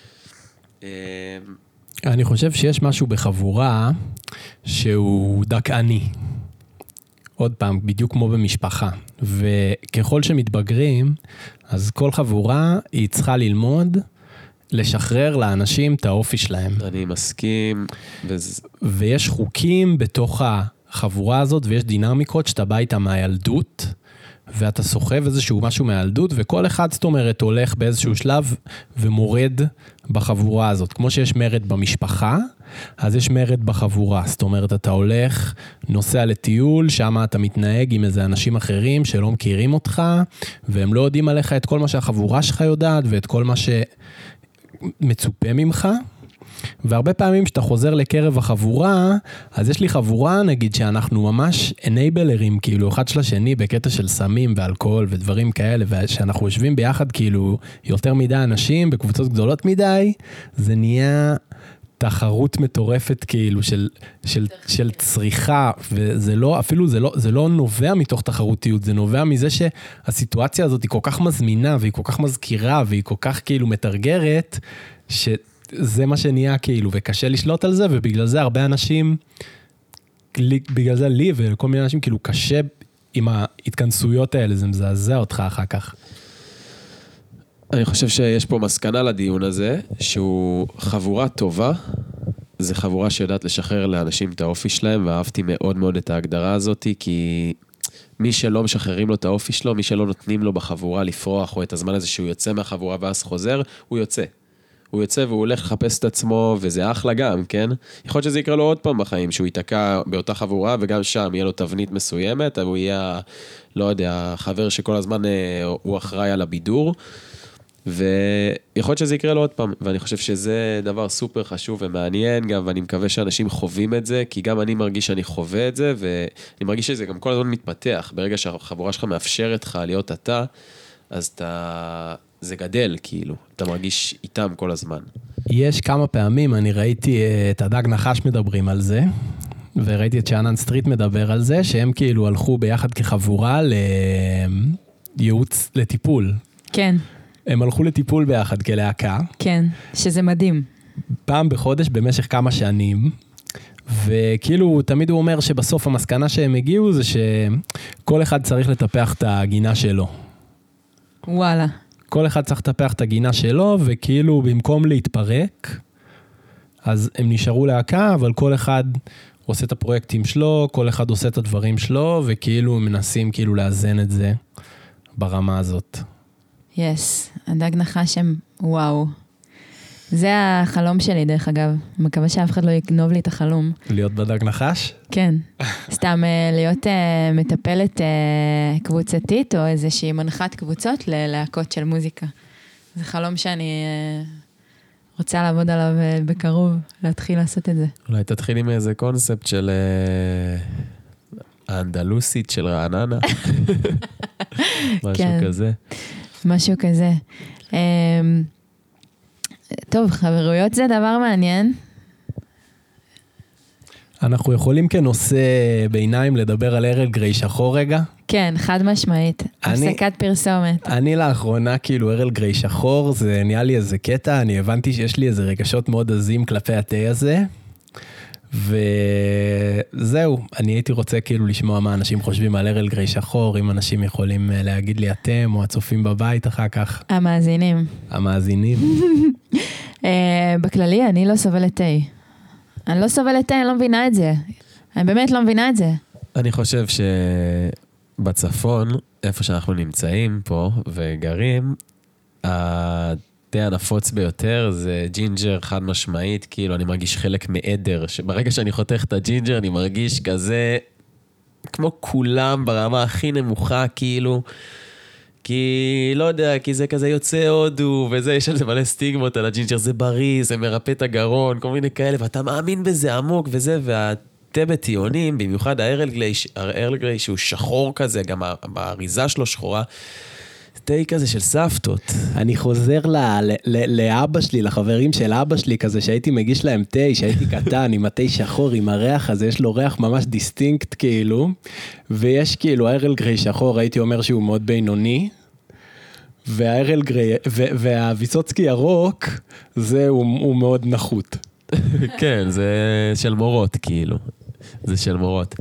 אני חושב שיש משהו בחבורה שהוא דכאני. עוד פעם, בדיוק כמו במשפחה. וככל שמתבגרים, אז כל חבורה היא צריכה ללמוד לשחרר לאנשים את האופי שלהם. אני מסכים. וזה... ויש חוקים בתוך החבורה הזאת, ויש דינמיקות שאתה בא איתה מהילדות, ואתה סוחב איזשהו משהו מהילדות, וכל אחד, זאת אומרת, הולך באיזשהו שלב ומורד בחבורה הזאת. כמו שיש מרד במשפחה, אז יש מרד בחבורה. זאת אומרת, אתה הולך, נוסע לטיול, שם אתה מתנהג עם איזה אנשים אחרים שלא מכירים אותך, והם לא יודעים עליך את כל מה שהחבורה שלך יודעת, ואת כל מה שמצופה ממך. והרבה פעמים שאתה חוזר לקרב החבורה, אז יש לי חבורה, נגיד שאנחנו ממש אנייבלרים, כאילו אחד של השני בקטע של סמים ואלכוהול ודברים כאלה, ושאנחנו יושבים ביחד כאילו יותר מדי אנשים בקבוצות גדולות מדי, זה נהיה תחרות מטורפת כאילו של, של, של צריכה, וזה לא, אפילו זה לא, זה לא נובע מתוך תחרותיות, זה נובע מזה שהסיטואציה הזאת היא כל כך מזמינה, והיא כל כך מזכירה, והיא כל כך כאילו מתרגרת, שזה מה שנהיה כאילו, וקשה לשלוט על זה, ובגלל זה הרבה אנשים, בגלל זה לי ולכל מיני אנשים כאילו קשה עם ההתכנסויות האלה, זה מזעזע אותך אחר כך. אני חושב שיש פה מסקנה לדיון הזה, שהוא חבורה טובה, זה חבורה שיודעת לשחרר לאנשים את האופי שלהם, ואהבתי מאוד מאוד את ההגדרה הזאת, כי מי שלא משחררים לו את האופי שלו, מי שלא נותנים לו בחבורה לפרוח, או את הזמן הזה שהוא יוצא מהחבורה ואז חוזר, הוא יוצא. הוא יוצא והוא הולך לחפש את עצמו, וזה אחלה גם, כן? יכול להיות שזה יקרה לו עוד פעם בחיים, שהוא ייתקע באותה חבורה, וגם שם יהיה לו תבנית מסוימת, הוא יהיה, לא יודע, חבר שכל הזמן הוא אחראי על הבידור, ויכול להיות שזה יקרה לו עוד פעם, ואני חושב שזה דבר סופר חשוב ומעניין גם, ואני מקווה שאנשים חווים את זה, כי גם אני מרגיש שאני חווה את זה, ואני מרגיש שזה גם כל הזמן מתפתח, ברגע שהחבורה שלך מאפשרת לך להיות אתה, אז אתה, זה גדל כאילו, אתה מרגיש איתם כל הזמן. יש כמה פעמים, אני ראיתי את הדג נחש מדברים על זה, וראיתי את שאנן סטריט מדבר על זה, שהם כאילו הלכו ביחד כחבורה לייעוץ, לטיפול. כן. הם הלכו לטיפול ביחד כלהקה. כן, שזה מדהים. פעם בחודש במשך כמה שנים, וכאילו תמיד הוא אומר שבסוף המסקנה שהם הגיעו זה שכל אחד צריך לטפח את הגינה שלו. וואלה. כל אחד צריך לטפח את הגינה שלו, וכאילו במקום להתפרק, אז הם נשארו להקה, אבל כל אחד עושה את הפרויקטים שלו, כל אחד עושה את הדברים שלו, וכאילו מנסים כאילו לאזן את זה ברמה הזאת. יס, הדג נחש הם, וואו. זה החלום שלי דרך אגב. מקווה שאף אחד לא יגנוב לי את החלום. להיות בדג נחש? כן. סתם להיות מטפלת קבוצתית, או איזושהי מנחת קבוצות ללהקות של מוזיקה. זה חלום שאני רוצה לעבוד עליו בקרוב, להתחיל לעשות את זה. אולי תתחיל עם איזה קונספט של האנדלוסית של רעננה. משהו כזה. משהו כזה. טוב, חברויות זה דבר מעניין. אנחנו יכולים כנושא ביניים לדבר על ארל גריי שחור רגע? כן, חד משמעית. הפסקת פרסומת. אני לאחרונה, כאילו, ארל גריי שחור, זה נהיה לי איזה קטע, אני הבנתי שיש לי איזה רגשות מאוד עזים כלפי התה הזה, וזהו, אני הייתי רוצה כאילו לשמוע מה אנשים חושבים על ארל גריי שחור, אם אנשים יכולים להגיד לי אתם, או הצופים בבית אחר כך. המאזינים. המאזינים. בכללי, אני לא סובלת תה. אני לא סובלת תה, אני לא מבינה את זה. אני באמת לא מבינה את זה. אני חושב שבצפון, איפה שאנחנו נמצאים פה וגרים, התה הנפוץ ביותר זה ג'ינג'ר חד משמעית, כאילו אני מרגיש חלק מעדר, שברגע שאני חותך את הג'ינג'ר אני מרגיש כזה, כמו כולם ברמה הכי נמוכה, כאילו, כי לא יודע, כי זה כזה יוצא הודו, וזה, יש על זה מלא סטיגמות על הג'ינג'ר, זה בריא, זה מרפא את הגרון, כל מיני כאלה, ואתה מאמין בזה עמוק וזה, והתה בטיונים, במיוחד הארל גריי, הארל גריי שהוא שחור כזה, גם האריזה שלו שחורה, תה כזה של סבתות. אני חוזר לאבא שלי, לחברים של אבא שלי כזה, שהייתי מגיש להם תה, שהייתי קטן, עם התה שחור, עם הריח הזה, יש לו ריח ממש דיסטינקט כאילו, ויש כאילו, הארל גריי שחור, הייתי אומר שהוא מאוד בינוני, והארל גריי, והוויסוצקי ירוק, זה הוא מאוד נחות. כן, זה של מורות כאילו, זה של מורות.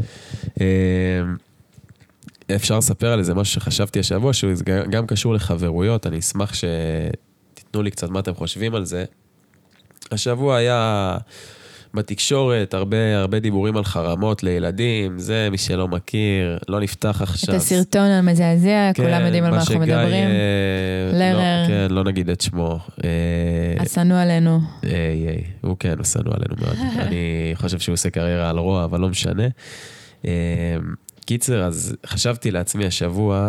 אפשר לספר על איזה משהו שחשבתי השבוע, שהוא גם קשור לחברויות, אני אשמח שתיתנו לי קצת מה אתם חושבים על זה. השבוע היה בתקשורת הרבה, הרבה דיבורים על חרמות לילדים, זה מי שלא מכיר, לא נפתח עכשיו. את הסרטון המזעזע, כן, כולם יודעים על מה אנחנו מדברים. לרר. לא, כן, לא נגיד את שמו. עשנו עלינו. איי, איי, הוא כן, עשנו עלינו מאוד. אני חושב שהוא עושה קריירה על רוע, אבל לא משנה. קיצר, אז חשבתי לעצמי השבוע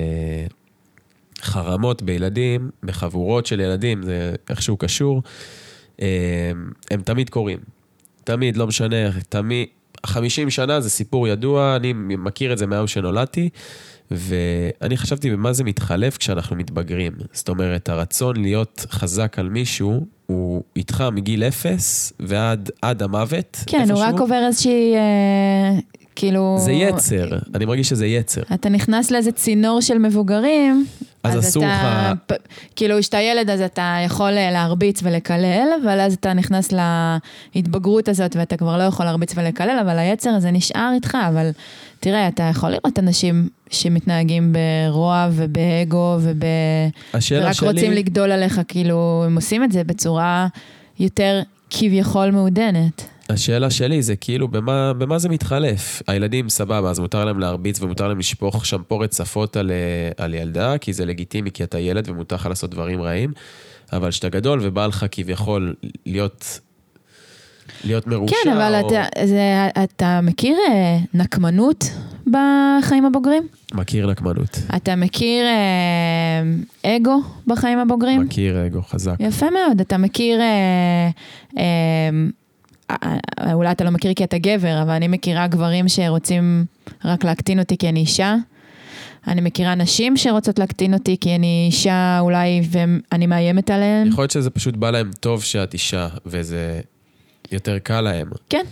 שחרמות בילדים, בחבורות של ילדים, זה איכשהו קשור, הם תמיד קוראים. תמיד, לא משנה, תמיד, חמישים שנה זה סיפור ידוע, אני מכיר את זה מהיום שנולדתי, ואני חשבתי במה זה מתחלף כשאנחנו מתבגרים. זאת אומרת, הרצון להיות חזק על מישהו, הוא איתך מגיל אפס ועד עד המוות. כן, הוא רק עובר איזושהי, אה, כאילו... זה יצר, אני מרגיש שזה יצר. אתה נכנס לאיזה צינור של מבוגרים, אז אז אסור אתה, לך... כאילו, כשאתה ילד, אז אתה יכול להרביץ ולקלל, אבל אז אתה נכנס להתבגרות הזאת, ואתה כבר לא יכול להרביץ ולקלל, אבל היצר הזה נשאר איתך, אבל תראה, אתה יכול לראות אנשים שמתנהגים ברוע ובאגו, וב... ורק שלי... רוצים לגדול עליך, כאילו, הם עושים את זה בצורה יותר כביכול מעודנת. השאלה שלי זה כאילו, במה, במה זה מתחלף? הילדים סבבה, אז מותר להם להרביץ ומותר להם לשפוך שמפורת צפות על, על ילדה, כי זה לגיטימי, כי אתה ילד ומותר לך לעשות דברים רעים, אבל שאתה גדול ובא לך כביכול להיות, להיות מרושע. כן, אבל או... אתה, זה, אתה מכיר נקמנות בחיים הבוגרים? מכיר נקמנות. אתה מכיר אה, אגו בחיים הבוגרים? מכיר אגו, חזק. יפה מאוד, אתה מכיר... אה, אה, אולי אתה לא מכיר כי אתה גבר, אבל אני מכירה גברים שרוצים רק להקטין אותי כי אני אישה. אני מכירה נשים שרוצות להקטין אותי כי אני אישה אולי ואני מאיימת עליהן. יכול להיות שזה פשוט בא להם טוב שאת אישה, וזה יותר קל להם. כן.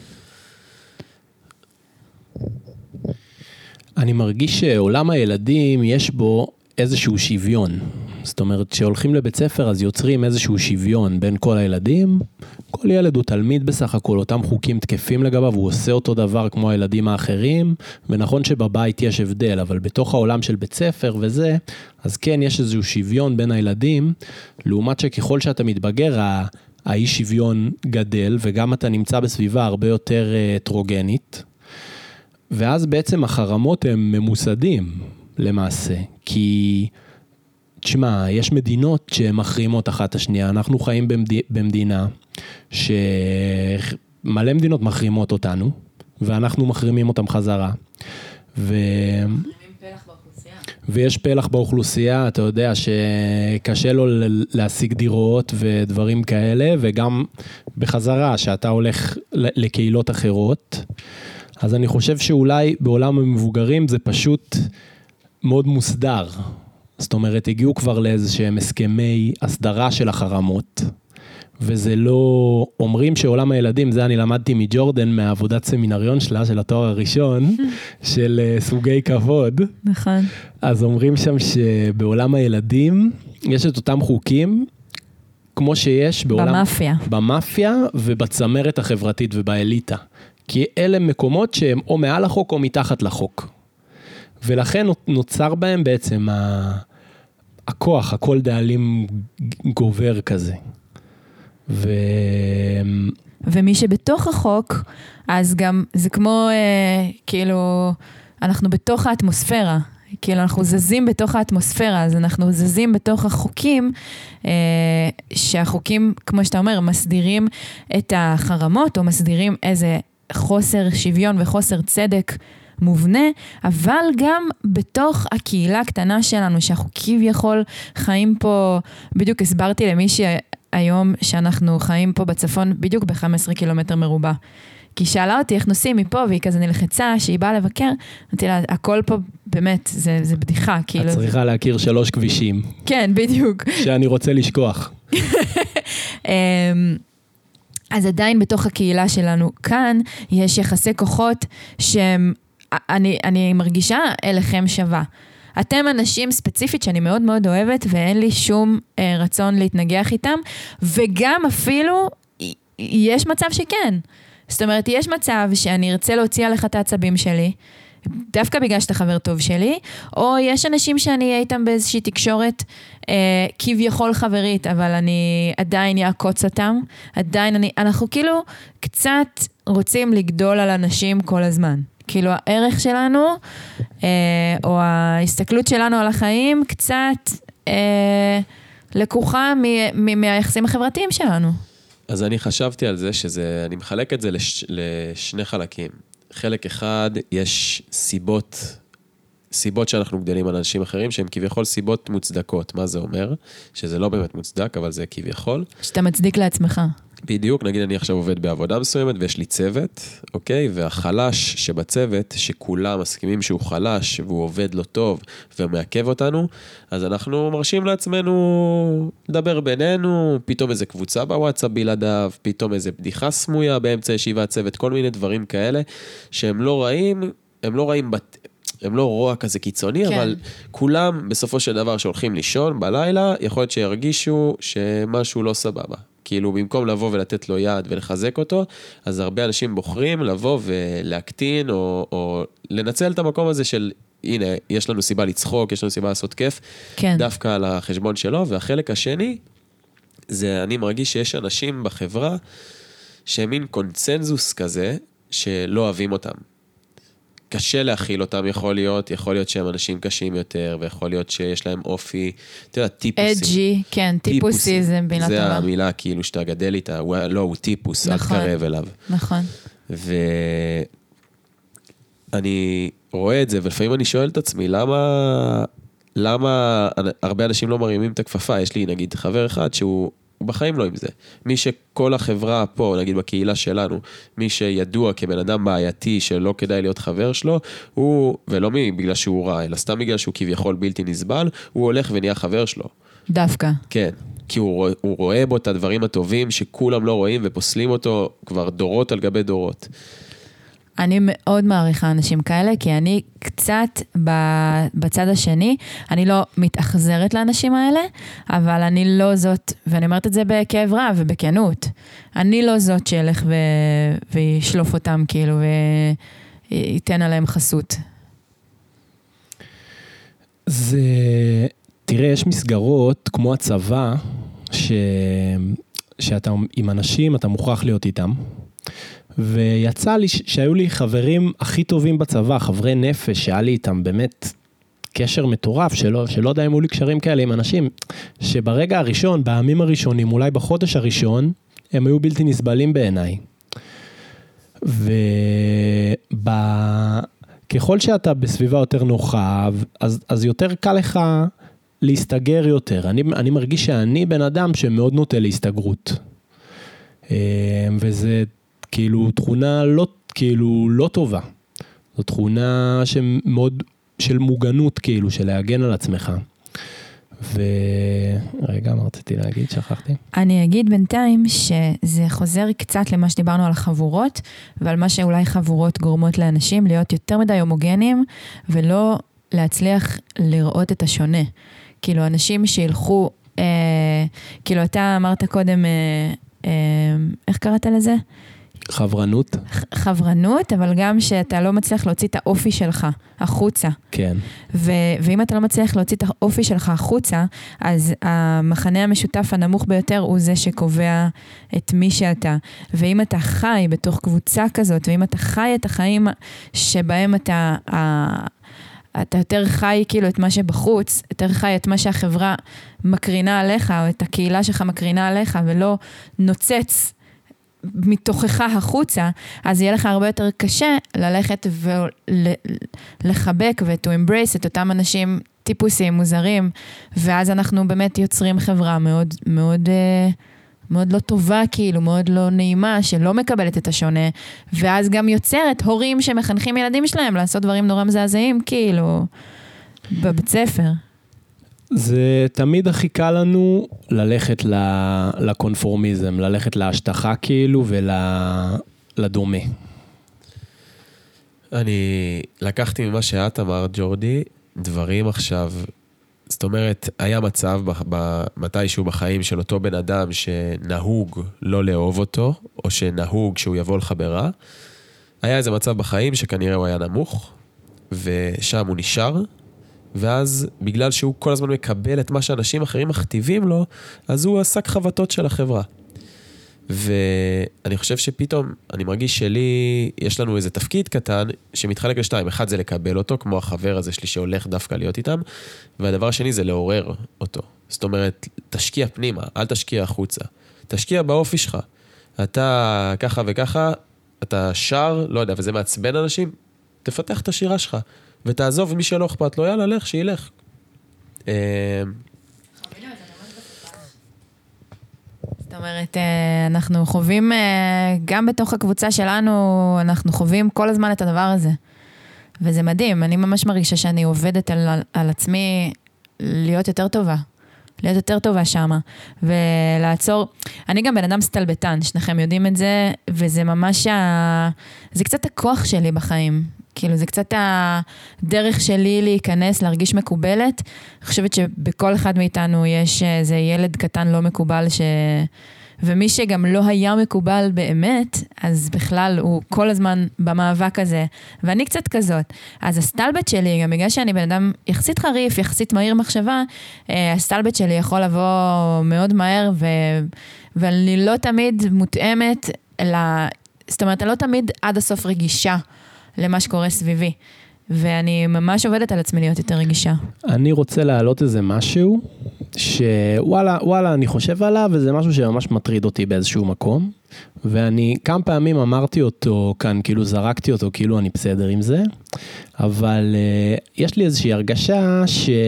אני מרגיש שעולם הילדים יש בו איזשהו שוויון. זאת אומרת, כשהולכים לבית ספר אז יוצרים איזשהו שוויון בין כל הילדים. כל ילד הוא תלמיד בסך הכל, אותם חוקים תקפים לגביו, הוא עושה אותו דבר כמו הילדים האחרים, ונכון שבבית יש הבדל, אבל בתוך העולם של בית ספר וזה, אז כן יש איזשהו שוויון בין הילדים, לעומת שככל שאתה מתבגר, האי שוויון גדל, וגם אתה נמצא בסביבה הרבה יותר הטרוגנית, ואז בעצם החרמות הם ממוסדים למעשה, כי... תשמע, יש מדינות שמחרימות אחת השנייה, אנחנו חיים במד... במדינה שמלא מדינות מחרימות אותנו, ואנחנו מחרימים אותם חזרה. ו... פלח באוכלוסייה. ויש פלח באוכלוסייה, אתה יודע שקשה לו להשיג דירות ודברים כאלה, וגם בחזרה שאתה הולך לקהילות אחרות, אז אני חושב שאולי בעולם המבוגרים זה פשוט מאוד מוסדר. זאת אומרת, הגיעו כבר לאיזשהם הסכמי הסדרה של החרמות, וזה לא, אומרים שעולם הילדים, זה אני למדתי מג'ורדן, מהעבודת סמינריון שלה, של התואר הראשון, של סוגי כבוד. נכון. אז אומרים שם שבעולם הילדים, יש את אותם חוקים, כמו שיש בעולם... במאפיה. במאפיה ובצמרת החברתית ובאליטה. כי אלה מקומות שהם או מעל החוק או מתחת לחוק. ולכן נוצר בהם בעצם ה... הכוח, הכל דאלים גובר כזה. ו... ומי שבתוך החוק, אז גם זה כמו, אה, כאילו, אנחנו בתוך האטמוספירה, כאילו אנחנו זזים בתוך האטמוספירה, אז אנחנו זזים בתוך החוקים, אה, שהחוקים, כמו שאתה אומר, מסדירים את החרמות, או מסדירים איזה חוסר שוויון וחוסר צדק מובנה, אבל גם בתוך הקהילה הקטנה שלנו, שאנחנו כביכול חיים פה, בדיוק הסברתי למי שהיום שאנחנו חיים פה בצפון, בדיוק ב-חמישה עשר קילומטר מרובע. כי שאלה אותי איך נוסעים מפה, והיא כזה נלחצה, שהיא באה לבקר, אמרתי לה, הכל פה באמת, זה, זה בדיחה, כאילו. את צריכה להכיר שלוש כבישים. כן, בדיוק. שאני רוצה לשכוח. אז עדיין בתוך הקהילה שלנו כאן, יש יחסי כוחות שהם, אני, אני מרגישה אליכם שווה. אתם אנשים ספציפית שאני מאוד מאוד אוהבת, ואין לי שום אה, רצון להתנגח איתם, וגם אפילו יש מצב שכן. זאת אומרת, יש מצב שאני ארצה להוציא עליך את העצבים שלי, דווקא בגלל שאתה חבר טוב שלי, או יש אנשים שאני אהיה איתם באיזושהי תקשורת אה, כביכול חברית, אבל אני עדיין יעקוץ אותם, עדיין אני, אנחנו כאילו קצת רוצים לגדול על אנשים כל הזמן. כאילו הערך שלנו, אה, או ההסתכלות שלנו על החיים, קצת אה, לקוחה מ- מ- מהיחסים החברתיים שלנו. אז אני חשבתי על זה, שזה, אני מחלק את זה לש, לשני חלקים. חלק אחד, יש סיבות, סיבות שאנחנו גדלים על אנשים אחרים, שהן כביכול סיבות מוצדקות. מה זה אומר? שזה לא באמת מוצדק, אבל זה כביכול. שאתה מצדיק לעצמך. בדיוק, נגיד אני עכשיו עובד בעבודה מסוימת ויש לי צוות, אוקיי? והחלש שבצוות, שכולם מסכימים שהוא חלש והוא עובד לא טוב ומעכב אותנו, אז אנחנו מרשים לעצמנו לדבר בינינו, פתאום איזה קבוצה בוואטסאפ בלעדיו, פתאום איזה בדיחה סמויה באמצע ישיבת צוות, כל מיני דברים כאלה שהם לא רעים, הם לא רעים בת... הם לא רוע כזה קיצוני, כן. אבל כולם בסופו של דבר שהולכים לישון בלילה, יכול להיות שירגישו שמשהו לא סבבה. כאילו במקום לבוא ולתת לו יד ולחזק אותו, אז הרבה אנשים בוחרים לבוא ולהקטין, או, או לנצל את המקום הזה של, הנה, יש לנו סיבה לצחוק, יש לנו סיבה לעשות כיף, כן. דווקא על החשבון שלו, והחלק השני, זה אני מרגיש שיש אנשים בחברה, שהם מין קונצנזוס כזה, שלא אוהבים אותם. קשה להכיל אותם, יכול להיות, יכול להיות שהם אנשים קשים יותר, ויכול להיות שיש להם אופי, אתה יודע, טיפוסים. אג'י, כן, טיפוסי זה מילה טובה. זה המילה כאילו שאתה גדל איתה, הוא, לא, הוא טיפוס, נכון, אל תקרב אליו. נכון. ואני רואה את זה, ולפעמים אני שואל את עצמי, למה, למה הרבה אנשים לא מרימים את הכפפה? יש לי, נגיד, חבר אחד שהוא, הוא בחיים לא עם זה. מי שכל החברה פה, נגיד בקהילה שלנו, מי שידוע כבן אדם בעייתי שלא כדאי להיות חבר שלו, הוא, ולא מי בגלל שהוא רע, אלא סתם בגלל שהוא כביכול בלתי נסבל, הוא הולך ונהיה חבר שלו. דווקא. כן, כי הוא, הוא רואה בו את הדברים הטובים שכולם לא רואים ופוסלים אותו כבר דורות על גבי דורות. אני מאוד מעריכה אנשים כאלה, כי אני קצת בצד השני, אני לא מתאכזרת לאנשים האלה, אבל אני לא זאת, ואני אומרת את זה בכאב רב ובכנות, אני לא זאת שילך ו... וישלוף אותם כאילו, וייתן עליהם חסות. זה, תראה, יש מסגרות כמו הצבא, ש... שאתה עם אנשים, אתה מוכרח להיות איתם, ויצא לי שהיו לי חברים הכי טובים בצבא, חברי נפש, שהיה לי איתם באמת קשר מטורף, שלא, שלא יודע אם היו לי קשרים כאלה עם אנשים, שברגע הראשון, בימים הראשונים, אולי בחודש הראשון, הם היו בלתי נסבלים בעיניי. וככל שאתה בסביבה יותר נוחה, אז, אז יותר קל לך להסתגר יותר. אני, אני מרגיש שאני בן אדם שמאוד נוטה להסתגרות. וזה כאילו תכונה לא, כאילו לא טובה. זו תכונה שמאוד, של מוגנות כאילו, של להגן על עצמך. ורגע, מה רציתי להגיד? שכחתי. אני אגיד בינתיים שזה חוזר קצת למה שדיברנו על החבורות, ועל מה שאולי חבורות גורמות לאנשים להיות יותר מדי הומוגנים, ולא להצליח לראות את השונה. כאילו אנשים שילכו, אה, כאילו אתה אמרת קודם, אה, אה, איך קראת לזה? חברנות. חברנות, אבל גם שאתה לא מצליח להוציא את האופי שלך החוצה. כן. ו- ואם אתה לא מצליח להוציא את האופי שלך החוצה, אז המחנה המשותף הנמוך ביותר הוא זה שקובע את מי שאתה. ואם אתה חי בתוך קבוצה כזאת, ואם אתה חי את החיים שבהם אתה, אתה יותר חי כאילו את מה שבחוץ, יותר חי את מה שהחברה מקרינה עליך, או את הקהילה שלך מקרינה עליך, ולא נוצץ מתוכך החוצה, אז יהיה לך הרבה יותר קשה ללכת ולחבק ו-to embrace את אותם אנשים טיפוסיים, מוזרים, ואז אנחנו באמת יוצרים חברה מאוד, מאוד, מאוד לא טובה, כאילו, מאוד לא נעימה, שלא מקבלת את השונה, ואז גם יוצרת הורים שמחנכים ילדים שלהם לעשות דברים נורא מזעזעים, כאילו, בבית ספר. זה תמיד הכי קל לנו ללכת לקונפורמיזם, ללכת להשטחה כאילו ולדומה. אני לקחתי ממה שאת אמרת, ג'ורדי, דברים עכשיו, זאת אומרת, היה מצב מתישהו בחיים של אותו בן אדם שנהוג לא לאהוב אותו, או שנהוג שהוא יבוא לחברה, היה איזה מצב בחיים שכנראה הוא היה נמוך, ושם הוא נשאר, ואז בגלל שהוא כל הזמן מקבל את מה שאנשים אחרים מכתיבים לו, אז הוא עסק חבטות של החברה. ואני חושב שפתאום, אני מרגיש שלי, יש לנו איזה תפקיד קטן שמתחלק לשתיים. אחד זה לקבל אותו, כמו החבר הזה שלי שהולך דווקא להיות איתם, והדבר השני זה לעורר אותו. זאת אומרת, תשקיע פנימה, אל תשקיע החוצה. תשקיע באופי שלך. אתה ככה וככה, אתה שר, לא יודע, וזה מעצבן אנשים, תפתח את השירה שלך. ותעזוב מי שלא אכפת לו, יאללה, לך, שילך. זאת אומרת, אנחנו חווים, גם בתוך הקבוצה שלנו, אנחנו חווים כל הזמן את הדבר הזה. וזה מדהים, אני ממש מרגישה שאני עובדת על, על עצמי להיות יותר טובה. להיות יותר טובה שמה, ולעצור, אני גם בן אדם סטלבטן, שניכם יודעים את זה, וזה ממש, ה... זה קצת הכוח שלי בחיים, כאילו זה קצת הדרך שלי להיכנס, להרגיש מקובלת, אני חושבת שבכל אחד מאיתנו יש איזה ילד קטן לא מקובל, ש... ומי שגם לא היה מקובל באמת, אז בכלל הוא כל הזמן במאבק הזה, ואני קצת כזאת. אז הסטלבט שלי, גם בגלל שאני בן אדם יחסית חריף, יחסית מהיר מחשבה, הסטלבט שלי יכול לבוא מאוד מהר, ו... ואני לא תמיד מותאמת, לה... זאת אומרת, אני לא תמיד עד הסוף רגישה למה שקורה סביבי, ואני ממש עובדת על עצמי להיות יותר רגישה. אני רוצה להעלות איזה משהו, שוואלה, וואלה, אני חושב עליו, וזה משהו שממש מטריד אותי באיזשהו מקום, ואני כמה פעמים אמרתי אותו כאן, כאילו זרקתי אותו, כאילו אני בסדר עם זה, אבל uh, יש לי איזושהי הרגשה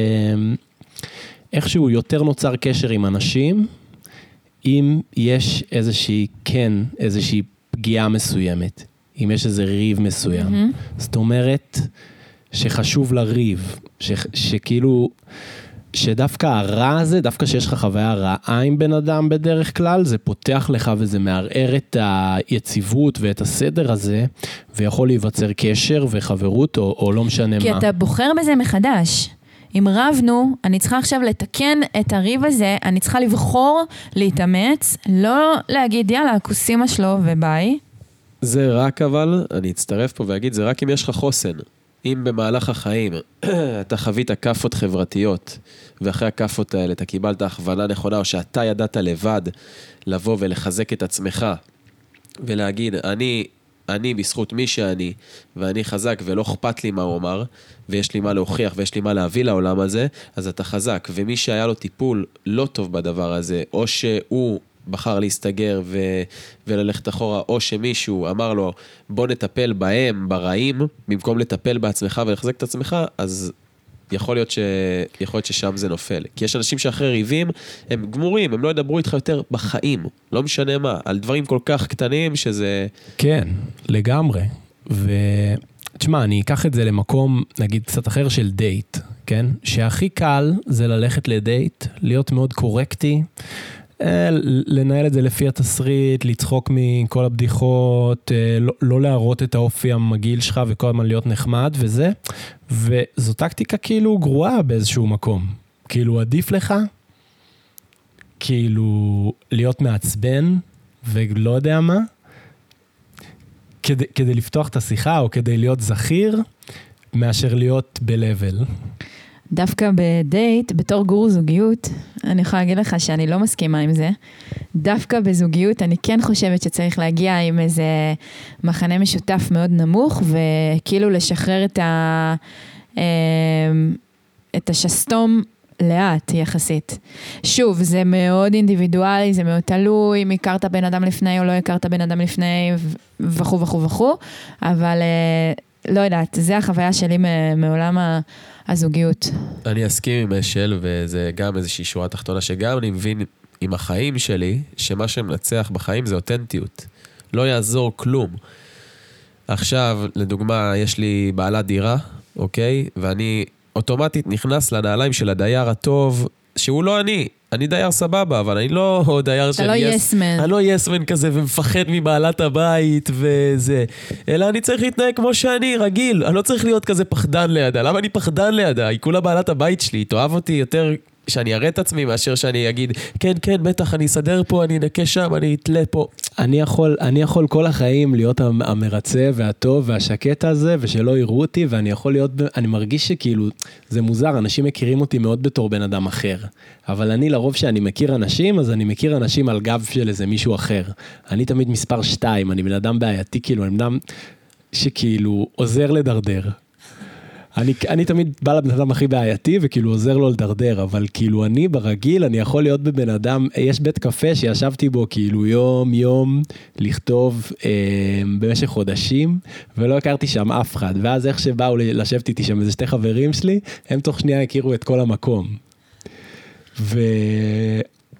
שאיכשהו יותר נוצר קשר עם אנשים, אם יש איזושהי, כן, איזושהי פגיעה מסוימת, אם יש איזה ריב מסוים. Mm-hmm. זאת אומרת, שחשוב לריב, ש, שכאילו, שדווקא הרע הזה, דווקא שיש לך חוויה רעה עם בן אדם בדרך כלל, זה פותח לך וזה מערער את היציבות ואת הסדר הזה, ויכול להיווצר קשר וחברות, או, או לא משנה כי מה. כי אתה בוחר בזה מחדש. אם רבנו, אני צריכה עכשיו לתקן את הריב הזה, אני צריכה לבחור, להתאמץ, לא להגיד, יאללה, כוסימה שלו וביי. זה רק אבל, אני אצטרף פה ואגיד, זה רק אם יש לך חוסן. אם במהלך החיים אתה חווית קפות חברתיות, ואחרי הקפות האלה אתה קיבלת הכוונה נכונה, או שאתה ידעת לבד לבוא ולחזק את עצמך, ולהגיד, אני, אני בזכות מי שאני, ואני חזק ולא אכפת לי מה הוא אמר, ויש לי מה להוכיח ויש לי מה להביא לעולם הזה, אז אתה חזק. ומי שהיה לו טיפול לא טוב בדבר הזה, או שהוא בחר להסתגר ו... וללכת אחורה, או שמישהו אמר לו, בוא נטפל בהם, ברעים, במקום לטפל בעצמך ולחזק את עצמך, אז יכול להיות, ש... יכול להיות ששם זה נופל. כי יש אנשים שאחרי ריבים, הם גמורים, הם לא ידברו איתך יותר בחיים, לא משנה מה, על דברים כל כך קטנים שזה... כן, לגמרי. ותשמע, אני אקח את זה למקום, נגיד, קצת אחר של דייט, כן? שהכי קל זה ללכת לדייט, להיות מאוד קורקטי, לנהל את זה לפי התסריט, לצחוק מכל הבדיחות, לא, לא להראות את האופי המגיל שלך וכל הזמן להיות נחמד וזה, וזו טקטיקה כאילו גרועה באיזשהו מקום. כאילו עדיף לך, כאילו להיות מעצבן ולא יודע מה, כדי, כדי לפתוח את השיחה או כדי להיות זכיר, מאשר להיות בלבל. דווקא בדייט, בתור גורו זוגיות, אני יכולה להגיד לך שאני לא מסכימה עם זה. דווקא בזוגיות אני כן חושבת שצריך להגיע עם איזה מחנה משותף מאוד נמוך, וכאילו לשחרר את, ה, את השסתום לאט יחסית. שוב, זה מאוד אינדיבידואלי, זה מאוד תלוי, אם הכרת בן אדם לפני או לא הכרת בן אדם לפני, וכו וכו וכו, אבל לא יודעת, זה החוויה שלי מעולם ה... הזוגיות. אני אסכים עם אשל, וזה גם איזושהי שורה תחתונה, שגם אני מבין עם החיים שלי, שמה שמנצח בחיים זה אותנטיות. לא יעזור כלום. עכשיו, לדוגמה, יש לי בעלת דירה, אוקיי? ואני אוטומטית נכנס לנעליים של הדייר הטוב, שהוא לא אני. אני דייר סבבה, אבל אני לא דייר של... אתה לא יסמן. אני לא יסמן כזה ומפחד מבעלת הבית וזה. אלא אני צריך להתנהג כמו שאני, רגיל. אני לא צריך להיות כזה פחדן לידה. למה אני פחדן לידה? היא כולה בעלת הבית שלי. תאהב אותי יותר שאני אראה את עצמי מאשר שאני אגיד, כן, כן, בטח, אני אסדר פה, אני אנקה שם, אני אתלה פה. אני יכול, אני יכול כל החיים להיות המרצה והטוב והשקט הזה, ושלא יראו אותי, ואני יכול להיות, אני מרגיש שכאילו, זה מוזר, אנשים מכירים אותי מאוד בתור בן אדם אחר. אבל אני לרוב שאני מכיר אנשים, אז אני מכיר אנשים על גב של איזה מישהו אחר. אני תמיד מספר שתיים, אני בן אדם בעייתי, כאילו, אני בן אדם שכאילו עוזר לדרדר. אני, אני תמיד בא לבן אדם הכי בעייתי, וכאילו עוזר לו לדרדר, אבל כאילו אני ברגיל, אני יכול להיות בבן אדם, יש בית קפה שישבתי בו כאילו יום יום, לכתוב אה, במשך חודשים, ולא הכרתי שם אף אחד, ואז איך שבאו לשבת איתי שם איזה שתי חברים שלי, הם תוך שנייה הכירו את כל המקום. ו...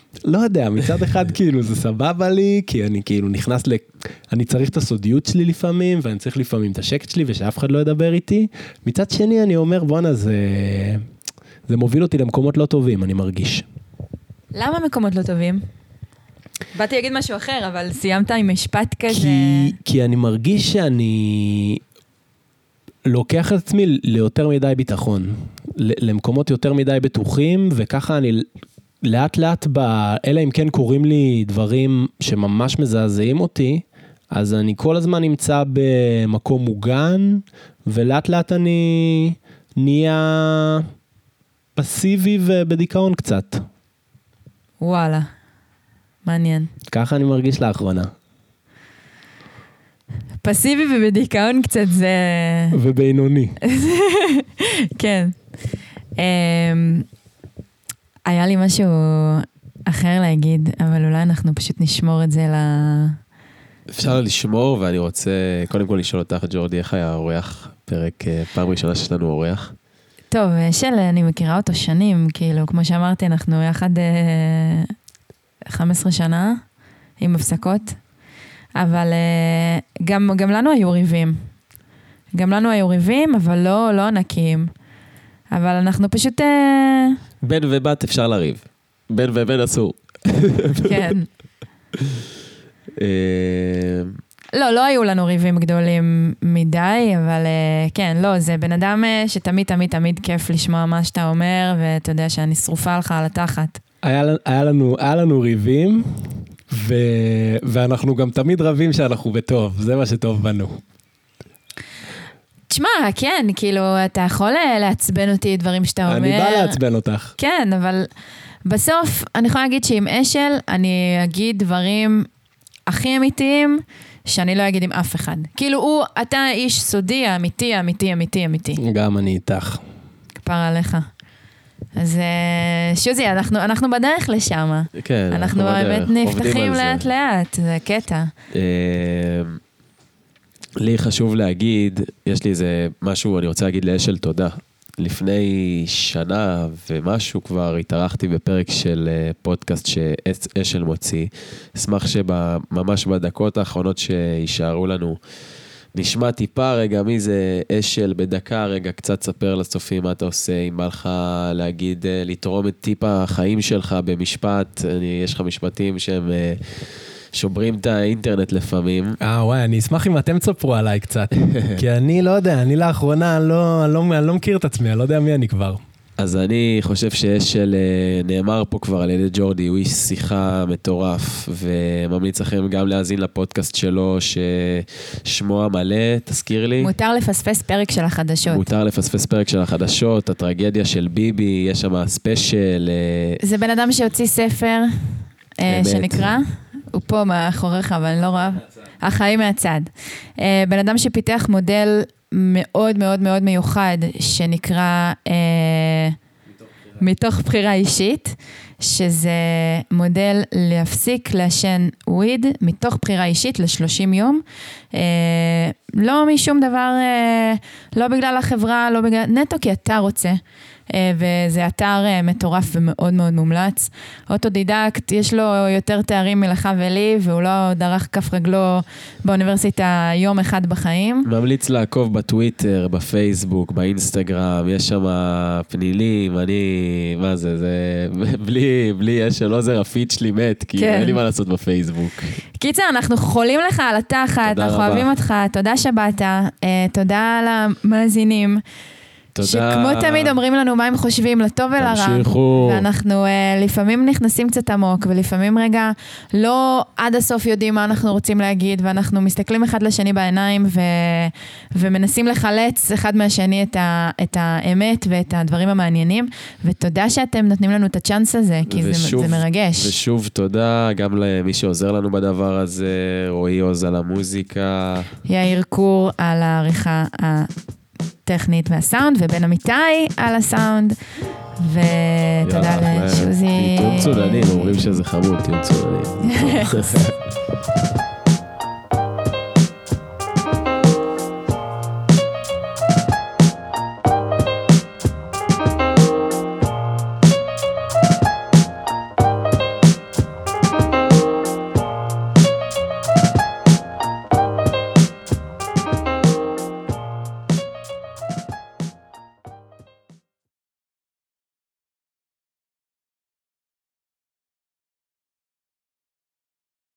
לא יודע, מצד אחד כאילו זה סבבה לי, כי אני כאילו נכנס ל... אני צריך את הסודיות שלי לפעמים, ואני צריך לפעמים את השקט שלי, ושאף אחד לא ידבר איתי. מצד שני אני אומר, בוא'נה, זה... זה מוביל אותי למקומות לא טובים, אני מרגיש. למה מקומות לא טובים? באתי להגיד משהו אחר, אבל סיימת עם משפט כזה... כי, כי אני מרגיש שאני לוקח את עצמי ליותר מדי ביטחון, למקומות יותר מדי בטוחים, וככה אני לאט לאט, ב... אלא אם כן קוראים לי דברים שממש מזעזעים אותי, אז אני כל הזמן נמצא במקום מוגן, ולאט לאט אני נהיה פסיבי ובדיכאון קצת. וואלה, מעניין. ככה אני מרגיש לאחרונה. פסיבי ובדיכאון קצת זה... ובינוני. כן. היה לי משהו אחר להגיד, אבל אולי אנחנו פשוט נשמור את זה ל... אפשר לשמור, ואני רוצה קודם כל לשאול אותך, ג'ורדי, איך היה האורח? פרק, פעם ראשונה שיש לנו אורח. טוב, של, אני מכירה אותו שנים, כאילו, כמו שאמרתי, אנחנו יחד חמש עשרה שנה, עם הפסקות, אבל גם, גם לנו היו ריבים. גם לנו היו ריבים, אבל לא, לא ענקים. אבל אנחנו פשוט... בן ובת אפשר לריב. בן ובן אסור. כן. לא, לא היו לנו ריבים גדולים מדי, אבל כן, לא, זה בן אדם שתמיד, תמיד, תמיד כיף לשמוע מה שאתה אומר, ואתה יודע שאני שרופה לך על התחת. היה, היה לנו, היה לנו ריבים, ו, ואנחנו גם תמיד רבים שאנחנו בטוב, זה מה שטוב בנו. תשמע, כן, כאילו, אתה יכול לעצבן אותי דברים שאתה אומר. אני בא לעצבן אותך. כן, אבל בסוף, אני יכולה להגיד שעם אשל, אני אגיד דברים הכי אמיתיים, שאני לא אגיד עם אף אחד. כאילו, הוא, אתה איש סודי, אמיתי, אמיתי, אמיתי, אמיתי. גם אני איתך. כפר עליך. אז שוזי, אנחנו, אנחנו בדרך לשם. כן, אנחנו באמת נפתחים לאט לאט, זה קטע. לי חשוב להגיד, יש לי איזה משהו, אני רוצה להגיד לאשל תודה. לפני שנה ומשהו כבר התארחתי בפרק של פודקאסט שאשל מוציא. אשמח שממש בדקות האחרונות שישארו לנו, נשמע טיפה רגע מי זה אשל בדקה רגע, קצת ספר לצופים מה אתה עושה, אם בא לך להגיד, לתרום את טיפה החיים שלך במשפט, אני, יש לך משפטים שהם... שוברים את האינטרנט לפעמים. אה, וואי, אני אשמח אם אתם תספרו עליי קצת. כי אני לא יודע, אני לאחרונה לא, לא, אני לא מכיר את עצמי, אני לא יודע מי אני כבר. אז אני חושב שאשל נאמר פה כבר על ידי ג'ורדי, הוא איש שיחה מטורף, וממליץ לכם גם להאזין לפודקאסט שלו, ששמו המלא, תזכיר לי. מותר לפספס פרק של החדשות. מותר לפספס פרק של החדשות, הטרגדיה של ביבי, יש שם ספיישל. זה בן אדם שהוציא ספר, שנקרא... הוא פה מאחוריך, אבל אני לא רואה. החיים מהצד. בן אדם שפיתח מודל מאוד מאוד מאוד מיוחד, שנקרא מתוך בחירה אישית, שזה מודל להפסיק לעשן וויד, מתוך בחירה אישית ל-שלושים יום. לא משום דבר, לא בגלל החברה, לא בגלל, נטו כי אתה רוצה. וזה אתר מטורף ומאוד מאוד מומלץ. אוטודידקט, יש לו יותר תארים מלך ולי, והוא לא דרך כף רגלו באוניברסיטה יום אחד בחיים. ממליץ לעקוב בטוויטר, בפייסבוק, באינסטגרם, יש שם פנילים, אני, מה זה, זה, בלי, בלי יש, לא זה רפיד שלי מת, כי אין לי מה לעשות בפייסבוק. קיצר, אנחנו חולים לך על התחת, אנחנו אוהבים אותך, תודה שבאת, תודה למאזינים. שכמו תמיד אומרים לנו מה הם חושבים, לטוב ולרע. תמשיכו. ואנחנו uh, לפעמים נכנסים קצת עמוק, ולפעמים רגע לא עד הסוף יודעים מה אנחנו רוצים להגיד, ואנחנו מסתכלים אחד לשני בעיניים, ו... ומנסים לחלץ אחד מהשני את, ה... את האמת ואת הדברים המעניינים, ותודה שאתם נותנים לנו את הצ'אנס הזה, כי ושוב, זה, זה מרגש. ושוב תודה גם למי שעוזר לנו בדבר הזה, רועי עוז על המוזיקה. יאיר קור על העריכה ה... טכנית והסאונד, ובן אמיתי על הסאונד, ותודה לשוזי. תהיו צודנים, אומרים שזה חמוד, תהיו צודנים.